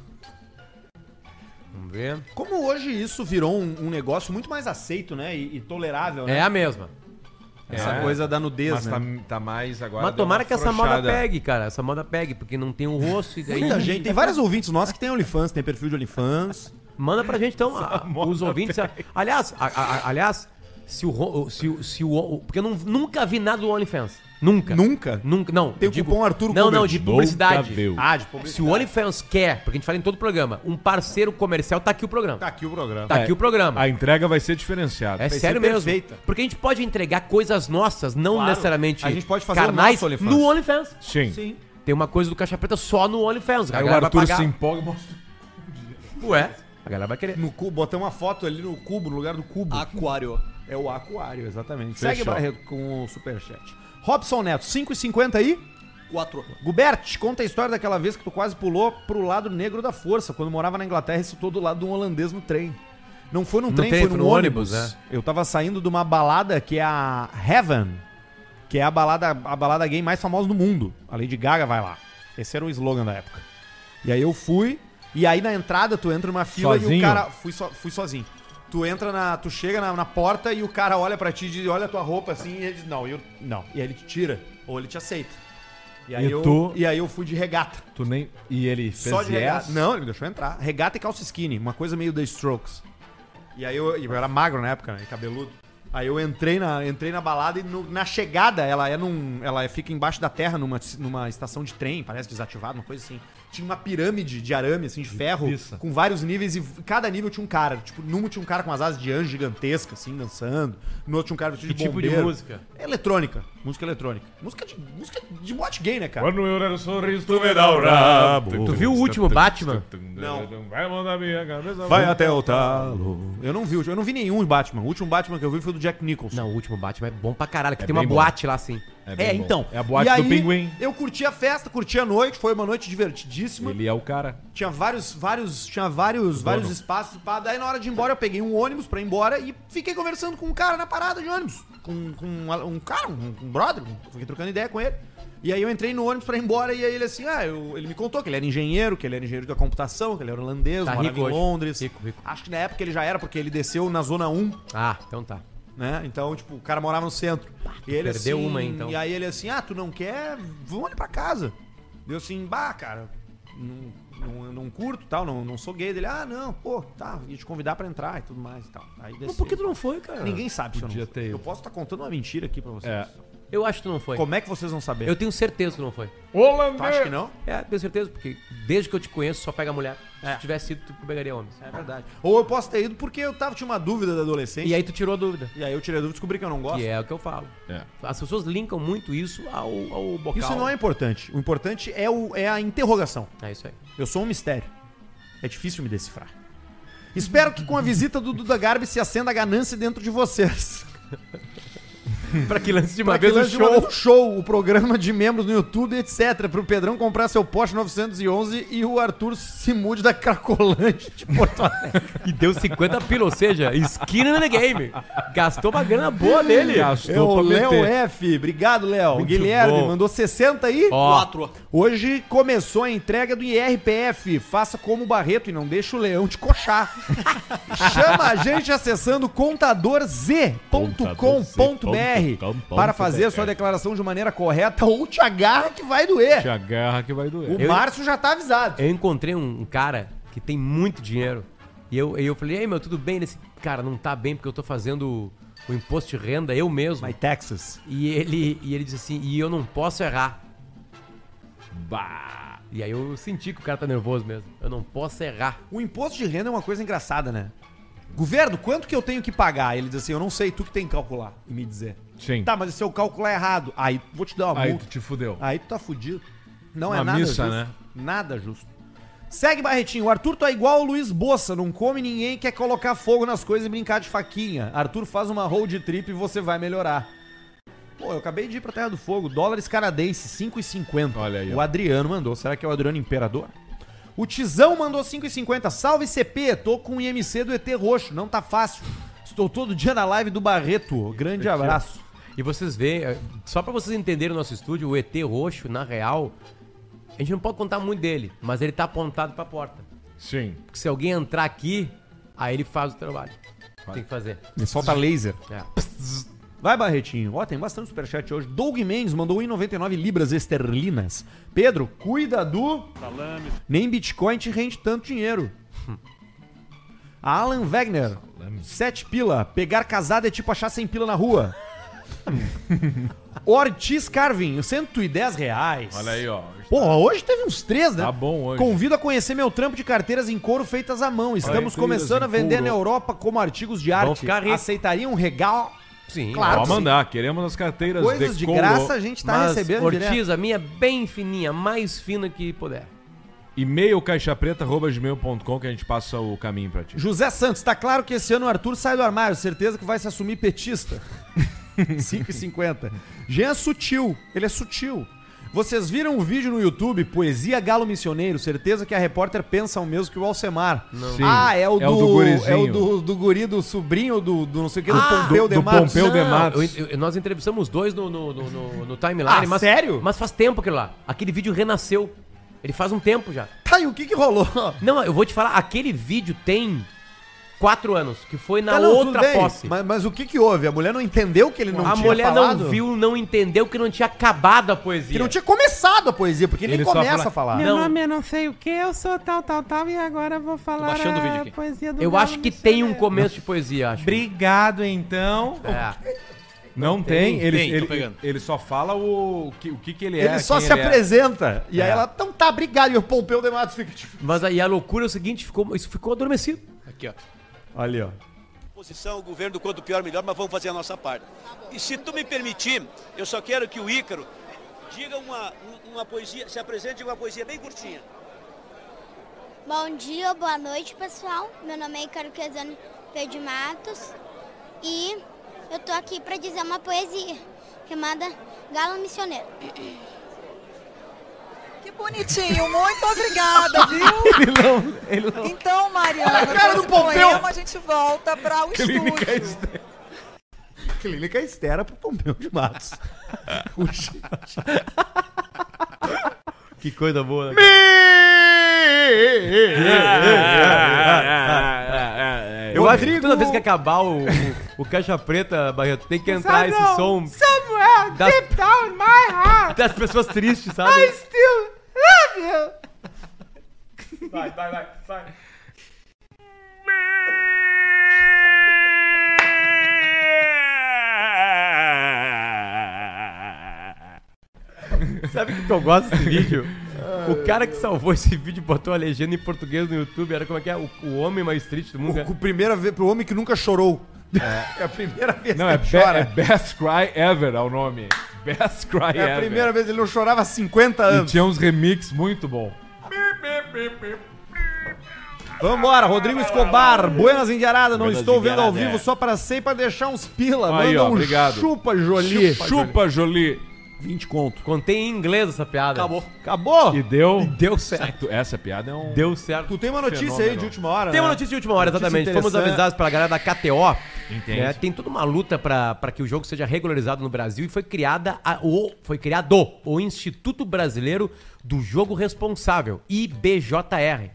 Vamos ver. Como hoje isso virou um, um negócio muito mais aceito, né? E, e tolerável, né? É a mesma. Essa É. coisa da nudez, Mas né? tá, tá mais agora. Mas deu tomara uma que essa moda afrouxada. pegue, cara. Essa moda pegue, porque não tem o rosto e daí... Muita gente. Tem vários ouvintes nossos que tem OnlyFans, tem perfil de OnlyFans. Manda pra gente, então, a- os ouvintes. a- aliás, a- a- aliás, se o, ro- se, o- se o. Porque eu não- nunca vi nada do OnlyFans. Nunca. Nunca? Nunca. Não. Tem o digo- cupom Arturo Não, não, Kubert. de publicidade. Nunca viu. Ah, de Se publicidade. o OnlyFans quer, porque a gente fala em todo o programa, um parceiro comercial, tá aqui o programa. Tá aqui o programa. Tá É, aqui o programa. A entrega vai ser diferenciada. É vai sério ser mesmo. perfeita. Porque a gente pode entregar coisas nossas, não Claro. necessariamente A gente pode fazer o carnais, nosso OnlyFans. no OnlyFans. Sim. Sim. Tem uma coisa do Caixa Preta só no OnlyFans. A Aí o galera Arthur vai pagar. se empolga e mostra. Ué, a galera vai querer. No cubo, botei uma foto ali no cubo, no lugar do cubo. Aquário. É o aquário, exatamente. Fechou. Segue, Barreto, com o superchat. Robson Neto, cinco e cinquenta aí. Quatro. Gubert, conta a história daquela vez que tu quase pulou pro lado negro da força, quando morava na Inglaterra e citou do lado de um holandês no trem. Não foi num No trem, trem, foi foi num no ônibus. ônibus, né? Eu tava saindo de uma balada que é a Heaven, que é a balada, a balada gay mais famosa do mundo. A Lady Gaga vai lá. Esse era o slogan da época. E aí eu fui, e aí na entrada tu entra numa fila e Sozinho? o cara... Fui, so, fui sozinho. Tu entra na... Tu chega na, na porta e o cara olha pra ti e diz, olha a tua roupa assim, e ele diz, não, eu... Não. E aí ele te tira, ou ele te aceita. E aí, E eu, tu- e aí eu fui de regata. Tu nem. E ele fez Só de regata. yes? Não, ele me deixou entrar. Regata e calça skinny, uma coisa meio The Strokes. E aí eu, eu era magro na época, né? E cabeludo. Aí eu entrei na, entrei na balada e no- na chegada, ela é num. Ela fica embaixo da terra numa, numa estação de trem, parece desativado, uma coisa assim. Tinha uma pirâmide de arame, assim, de ferro, pizza. com vários níveis, e cada nível tinha um cara. Tipo, num tinha um cara com as asas de anjo gigantescas, assim, dançando. No outro tinha um cara vestido Que de tipo de bombeiro. música? Eletrônica. Música eletrônica. Música de, música de boate gay, né, cara? Quando eu era sorriso, tu me dá o rabo. Tu viu o último Batman? Não. Vai mandar minha cabeça. Vai até o talo. Eu não vi, o- eu não vi nenhum Batman. O último Batman que eu vi foi do Jack Nicholson. Não, o último Batman é bom pra caralho, que É tem uma bem bom. boate lá assim. É, bem É, bom. então. É a boate E do aí, Pinguim. Eu curti a festa, curti a noite, foi uma noite divertidíssima. Ele é o cara. Tinha vários, vários, tinha vários, vários espaços. Pra... Daí na hora de ir embora eu peguei um ônibus pra ir embora e fiquei conversando com um cara na parada de ônibus. Com, com um, um cara, um, um brother, fiquei trocando ideia com ele. E aí eu entrei no ônibus pra ir embora e aí ele assim, ah, eu- ele me contou que ele era engenheiro, que ele era engenheiro da computação, que ele era holandês, Tá morava rico em hoje. Londres. Rico, rico. Acho que na época ele já era, porque ele desceu na zona um, Ah, então tá. né? Então, tipo, o cara morava no centro. E ele perdeu assim, uma, então. E aí ele assim, ah, tu não quer? Vamos ali pra casa. Deu assim, bah, cara, não, não, não curto tal, não, não sou gay. Dele, ah, não, pô, tá, ia te convidar pra entrar e tudo mais e tal. Aí Mas por que tu não foi, cara? Ninguém sabe se eu não Podia fui. ter ido. Eu posso estar contando uma mentira aqui pra vocês. É. Eu acho que tu não foi. Como é que vocês vão saber? Eu tenho certeza que tu não foi. Tu acha que não? É, tenho certeza, porque desde que eu te conheço só pega mulher. É. Se tivesse ido, tu pegaria homens. É verdade. Ou eu posso ter ido porque eu tava, tinha uma dúvida da adolescência. E aí tu tirou a dúvida. E aí eu tirei a dúvida e descobri que eu não gosto. Que é o que eu falo. É. As pessoas linkam muito isso ao, ao bocal. Isso não é importante. O importante é, o, é a interrogação. É isso aí. Eu sou um mistério. É difícil me decifrar. Espero que com a visita do Duda Garbi se acenda a ganância dentro de vocês. Pra que lance de uma Pra que vez o lance de uma show. vez o show, o programa de membros no YouTube, etcétera. Pro Pedrão comprar seu Porsche novecentos e onze e o Arthur se mude da Cracolândia de Porto Alegre. E deu cinquenta pila, ou seja, skin in the game. Gastou uma grana boa nele. É Gastou o pra Léo meter. F. Obrigado, Léo. Muito Guilherme bom. mandou sessenta aí. Ó, Quatro. Hoje começou a entrega do I R P F. Faça como o Barreto e não deixe o leão te coxar. Chama a gente acessando contador z ponto com ponto b r R para fazer sua declaração de maneira correta ou te agarra que vai doer. Te agarra que vai doer. O Eu- Márcio já tá avisado. Eu encontrei um, um cara que tem muito dinheiro. E eu, e eu falei, ei, meu, tudo bem? Ele disse, cara, não tá bem porque eu tô fazendo o, o imposto de renda eu mesmo. My Texas. E ele, e ele disse assim, e eu não posso errar. Bah. E aí eu senti que o cara tá nervoso mesmo. Eu não posso errar. O imposto de renda é uma coisa engraçada, né? Governo, quanto que eu tenho que pagar? Ele diz assim, eu não sei, tu que tem que calcular e me dizer. Sim. Tá, mas e se eu calcular errado? Aí vou te dar uma Aí multa. tu te fudeu. Aí tu tá fudido. Não Uma é nada missa, justo. né? Nada justo. Segue, Barretinho. O Arthur tá igual o Luiz Bossa. Não come ninguém, quer colocar fogo nas coisas e brincar de faquinha. Arthur faz uma road trip e você vai melhorar. Pô, eu acabei de ir pra Terra do Fogo. Dólares canadenses, cinco e cinquenta. Olha aí, ó. O Adriano mandou. Será que é o Adriano Imperador? O Tizão mandou cinco e cinquenta. Salve, C P. Tô com o I M C do E T Roxo. Não tá fácil. Estou todo dia na live do Barreto. Grande abraço. E vocês veem, só pra vocês entenderem o nosso estúdio, o E T Roxo, na real, a gente não pode contar muito dele, mas ele tá apontado pra porta. Sim. Porque se alguém entrar aqui, aí ele faz o trabalho. Tem que fazer. Me solta laser. É. Vai, Barretinho. Ó, tem bastante superchat hoje. Doug Mendes mandou um e noventa e nove libras esterlinas. Pedro, cuida do... Nem Bitcoin te rende tanto dinheiro. A Alan Wegner. Sete pila. Pegar casado é tipo achar sem pila na rua. Ortiz Carvin, cento e dez reais. Olha aí, ó. Porra, hoje teve uns três, né? Tá bom hoje. Convido a conhecer meu trampo de carteiras em couro feitas à mão. Estamos Carteiras começando a em vender couro. na Europa como artigos de Vão arte. ficar ricos. Aceitaria um regalo? Sim, Claro. Pode mandar. Queremos as carteiras Coisas de couro. graça a gente tá Mas, recebendo Ortiz, direto. a minha é bem fininha, mais fina que puder. E-mail caixapreta arroba gmail ponto com que a gente passa o caminho pra ti. José Santos, tá claro que esse ano o Arthur sai do armário. Certeza que vai se assumir petista. cinco e cinquenta. Jean Sutil. Ele é sutil. Vocês viram o vídeo no YouTube, Poesia Galo Missioneiro? Certeza que a repórter pensa o mesmo que o Alcemar. Sim. Ah, é o do, É o do gurizinho. é o do, do guri do sobrinho do, do não sei o que, do Ah, Pompeu do- de do Matos. Pompeu de Não, Matos. eu- eu- nós entrevistamos dois no, no, no, no- no timeline. Ah, mas, sério? Mas faz tempo aquilo lá. Aquele vídeo renasceu. Ele faz um tempo já. Tá, e o que que rolou? Não, eu vou te falar, aquele vídeo tem quatro anos, que foi na Tá, não, tudo outra bem, posse. Mas, mas o que que houve? A mulher não entendeu que ele não a tinha mulher falado? não viu, não entendeu que não tinha acabado a poesia. Que não tinha começado a poesia, porque ele Ele nem só começa fala- a falar. Não. Meu nome é não sei o que, eu sou tal, tal, tal, e agora vou falar baixando o vídeo a aqui. poesia do Eu Galo acho que tem um Missioneiro. começo de poesia, acho. Obrigado, então. É. Não tem. Ele, Tem, tô ele, pegando. ele só fala o, o que, o que, que ele é. Ele só quem se ele é. apresenta. E aí É. ela, então tá, obrigado. E o Pompeu de Matos fica tipo... Mas aí a loucura é o seguinte, ficou, isso ficou adormecido. Aqui, ó. Ali, ó. Posição, o governo do quanto pior, melhor, mas vamos fazer a nossa parte. E se tu me permitir, eu só quero que o Ícaro diga uma, um- uma poesia, se apresente uma poesia bem curtinha. Bom dia, boa noite, pessoal. Meu nome é Ícaro Quesano Pedro de Matos e eu tô aqui para dizer uma poesia chamada Galo Missioneiro. Que bonitinho, muito obrigada, viu? Então, Mariana, cara do com esse Pompeu. poema a gente volta para o estúdio. Clínica Estera pro Pompeu de Matos. O chi- Que coisa boa, né? Eu acho que toda vez que acabar o, o, o Caixa Preta, Barreto, tem que entrar esse som Samuel, das, deep down in my heart, das pessoas tristes, sabe? I still love you. Vai, vai, vai, vai. Sabe o que eu gosto desse vídeo? O cara que salvou esse vídeo e botou a legenda em português no YouTube era como é que é? O, o homem mais triste do mundo. O, o primeira vez pro homem que nunca chorou. É, a primeira vez Não, que é, ele be, chora. é Best Cry Ever é o nome. Best Cry É Ever. a primeira vez, ele não chorava há cinquenta E anos. tinha uns remix muito bom. Vambora, Rodrigo Escobar, Buenas Indiarada, não Buenas estou vendo ao Indiarada, vivo é. só para sempre pra deixar uns pila. Aí, Manda ó, um obrigado. chupa, Jolie. Chupa, Jolie. vinte conto. Contei em inglês essa piada. Acabou. Acabou? E deu. Deu certo. Essa piada é um. Deu certo. Tu tem uma notícia aí Fenômeno. de última hora, Tem né? uma notícia de última hora, Notícia exatamente. Fomos interessante. avisados pela galera da K T O. Entende. Né? Tem toda uma luta para que o jogo seja regularizado no Brasil e foi criada a, o, foi criado o Instituto Brasileiro do Jogo Responsável, I B J R,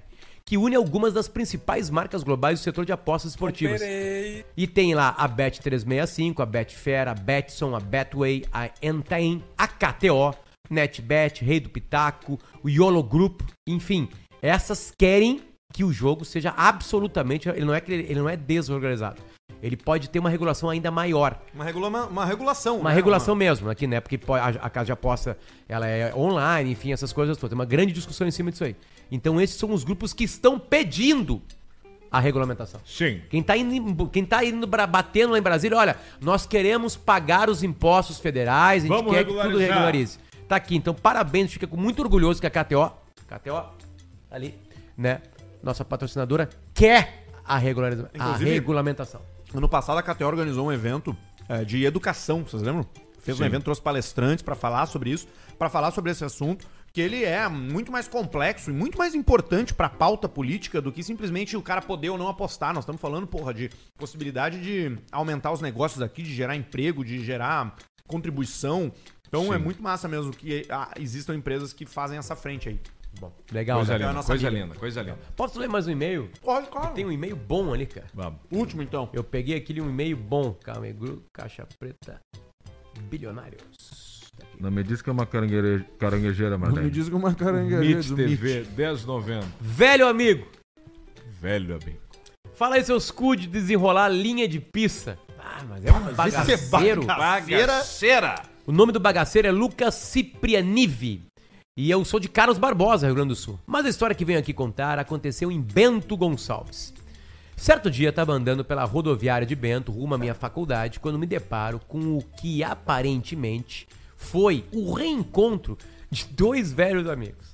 que une algumas das principais marcas globais do setor de apostas esportivas. E tem lá a Bet trezentos e sessenta e cinco, a Betfair, a Betson, a Betway, a Entain, a K T O, NetBet, Rei do Pitaco, o YOLO Group, enfim, essas querem que o jogo seja absolutamente, ele não é, ele não é desorganizado. Ele pode ter uma regulação ainda maior. Uma, regula uma regulação. Uma né? regulação uma... mesmo aqui, né? Porque a, a casa de aposta, ela é online, enfim, essas coisas todas. Tem uma grande discussão em cima disso aí. Então esses são os grupos que estão pedindo a regulamentação. Sim. Quem tá indo, quem tá indo batendo lá em Brasília, olha, nós queremos pagar os impostos federais, a gente Vamos quer que tudo regularize. Tá aqui, então parabéns, a gente fica muito orgulhoso que a K T O, K T O, ali, né? Nossa patrocinadora quer a, regulariza a regulamentação. Ano passado a K T O organizou um evento é, de educação, vocês lembram? Fez Sim. um evento, trouxe palestrantes para falar sobre isso, para falar sobre esse assunto, que ele é muito mais complexo e muito mais importante para a pauta política do que simplesmente o cara poder ou não apostar. Nós estamos falando, porra, de possibilidade de aumentar os negócios aqui, de gerar emprego, de gerar contribuição. Então Sim. é muito massa mesmo que ah, existam empresas que fazem essa frente aí. Bom, legal, coisa, né? linda, coisa linda, coisa linda. Posso ler mais um e-mail? Pode, claro. Tem um e-mail bom ali, cara. Vamos. Último, então. Eu peguei aquele um e-mail bom. Calma aí, Grupo Caixa Preta Bilionários. Não me diz que é uma carangueje, caranguejeira, Marlene. Não me diz que é uma caranguejeira. M I T T V, dez e noventa. Velho amigo. Velho amigo. Fala aí seus cu de desenrolar linha de pizza. Ah, mas é um bagaceiro. Bagaceira. O nome do bagaceiro é Lucas Ciprianive. E eu sou de Carlos Barbosa, Rio Grande do Sul. Mas a história que venho aqui contar aconteceu em Bento Gonçalves. Certo dia, estava andando pela rodoviária de Bento, rumo à minha faculdade, quando me deparo com o que aparentemente foi o reencontro de dois velhos amigos.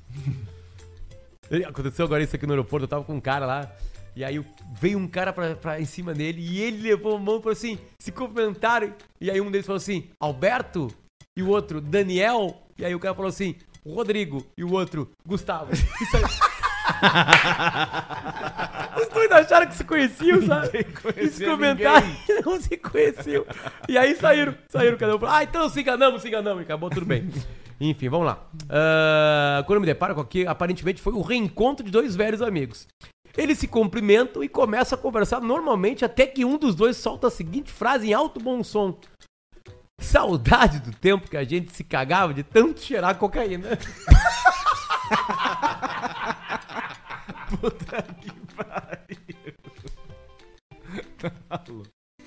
Aconteceu agora isso aqui no aeroporto, eu tava com um cara lá, e aí veio um cara pra, pra em cima dele, e ele levou a mão e falou assim, se cumprimentaram, e aí um deles falou assim, Alberto, e o outro, Daniel, e aí o cara falou assim, Rodrigo, e o outro, Gustavo. Isso aí. Os dois acharam que se conheciam, sabe? Esse comentário não se conheciam. E aí saíram, saíram, cada um falou, ah, então se enganamos, se enganamos, e acabou tudo bem. Enfim, vamos lá. Uh, quando eu me deparo com aqui, aparentemente foi o reencontro de dois velhos amigos. Eles se cumprimentam e começam a conversar normalmente, até que um dos dois solta a seguinte frase em alto bom som. Saudade do tempo que a gente se cagava de tanto cheirar cocaína. Puta que pariu.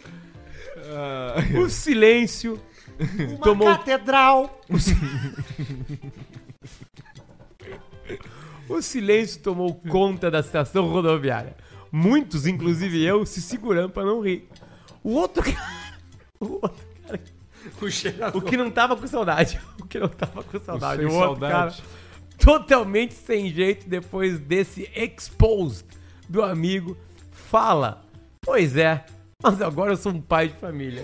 O silêncio Uma tomou... catedral. O, si... o silêncio tomou conta da estação rodoviária. Muitos, inclusive eu, se segurando pra não rir. O outro cara... O outro cara... O, o que não tava com saudade. O que não tava com saudade. O, o outro saudade. cara... Totalmente sem jeito depois desse expose do amigo, fala, pois é, mas agora eu sou um pai de família.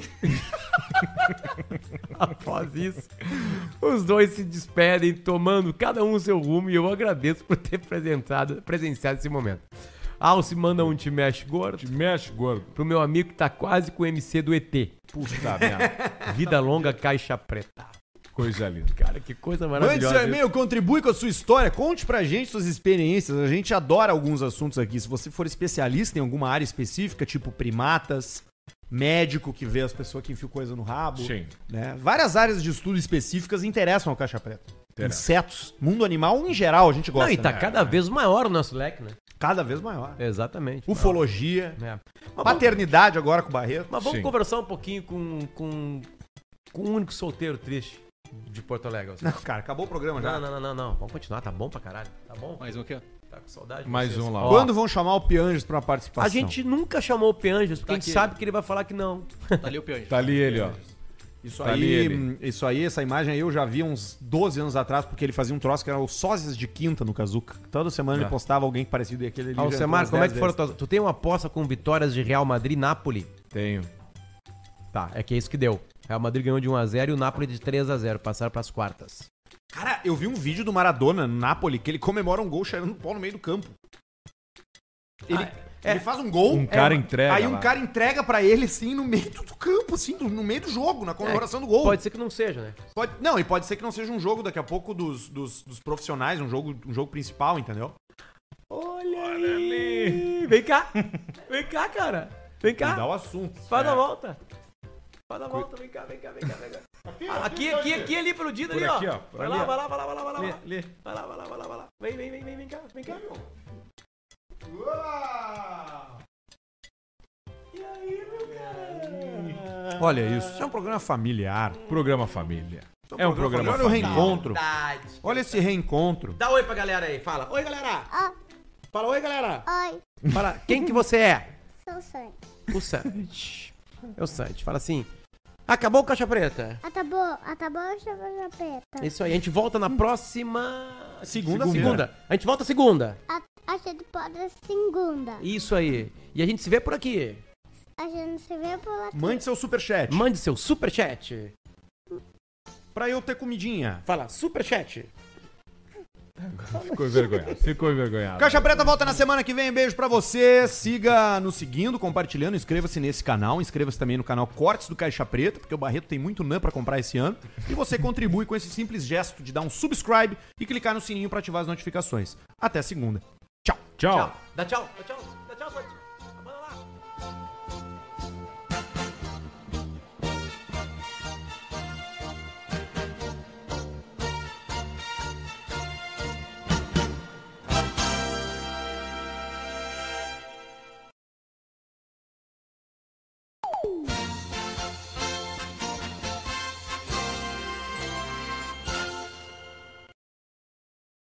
Após isso, os dois se despedem tomando cada um o seu rumo e eu agradeço por ter presenciado, presenciado esse momento. Alce manda um te mexe gordo. Te mexe gordo. Pro meu amigo que tá quase com o M C do E T. Puta merda. Vida longa, caixa preta. Coisa linda. Cara, que coisa maravilhosa. Mande seu e-mail, contribui com a sua história, conte pra gente suas experiências. A gente adora alguns assuntos aqui. Se você for especialista em alguma área específica, tipo primatas, médico que vê as pessoas que enfiam coisa no rabo. Sim. Né? Várias áreas de estudo específicas interessam ao Caixa Preta. Interessa. Insetos, mundo animal em geral, a gente gosta. Não, e tá né? cada vez maior o nosso leque, né? Cada vez maior. Exatamente. Ufologia, É. paternidade agora com o Barreto. Mas vamos Sim. conversar um pouquinho com, com, com o único solteiro triste de Porto Alegre. Assim. Não, cara, acabou o programa já. Não, não, não, não, não. Vamos continuar, tá bom pra caralho. Tá bom? Mais um aqui, ó. Tá com saudade de Mais vocês. um lá. Ó, Quando vão chamar o Pianges pra uma participação? a gente nunca chamou o Pianges, porque Tá a gente aqui. sabe que ele vai falar que não. Tá ali o Pianges. Tá ali ele, ó. Isso Tá ali aí, ele. isso aí, essa imagem aí eu já vi uns doze anos atrás, porque ele fazia um troço que era o Sósias de Quinta no Kazuca. Toda semana Ah. ele postava alguém parecido e aquele ali. já entrou Alcemar, umas como é que dez foram vezes. tuas... Tu tem uma aposta com vitórias de Real Madrid e Napoli? Tenho. Tá, é que é isso que deu. Real Madrid ganhou de um a zero e o Napoli de três a zero. Passaram pras quartas. Cara, eu vi um vídeo do Maradona no Napoli que ele comemora um gol cheirando pau no meio do campo. Ele, ele faz um gol. Um cara é, entrega Aí um lá. cara entrega pra ele assim no meio do campo, assim, do- no meio do jogo, na comemoração do gol. Pode ser que não seja, né? Pode- não, e pode ser que não seja um jogo daqui a pouco dos, dos, dos profissionais, um jogo, um jogo principal, entendeu? Olha, Olha ali. Vem cá. Vem cá, cara. Vem cá. Dá o assunto. Faz É. a volta. Faz a volta. Vem cá, vem cá, vem cá. Vem cá. Aqui, aqui, aqui, ali pro Dida, ali, ó. aqui, ó. Vai Ali, lá, ó. vai lá, vai lá, vai lá, vai lá. Lê, lê. Vai lá, vai lá, vai lá, vai lá. Vem, vem, vem, vem, vem cá, vem cá. E aí, meu cara? Olha isso, isso é um programa familiar. Programa Família. É um programa Olha o família. reencontro. Verdade. Olha esse reencontro. Dá oi pra galera aí, fala. Oi, galera. Ó, Fala oi, galera. oi, Fala, quem que você é? sou o Sandy. O Sandy. É o Sandy. Fala assim. Acabou o Caixa Preta. Acabou, acabou o chocolate preta. Isso aí, a gente volta na próxima... Segunda, Segunda. A gente volta segunda. A, a gente pode segunda. Isso aí. E a gente se vê por aqui. A gente se vê por aqui. Mande seu superchat. Mande seu superchat. Pra eu ter comidinha. Fala, superchat. Ficou envergonhado. Ficou envergonhado. Caixa Preta volta na semana que vem. Beijo pra você. Siga nos seguindo, compartilhando. Inscreva-se nesse canal. Inscreva-se também no canal Cortes do Caixa Preta, porque o Barreto tem muito N A M pra comprar esse ano. E você contribui com esse simples gesto de dar um subscribe e clicar no sininho pra ativar as notificações. Até segunda. Tchau. Tchau. Tchau. Dá tchau. Dá tchau.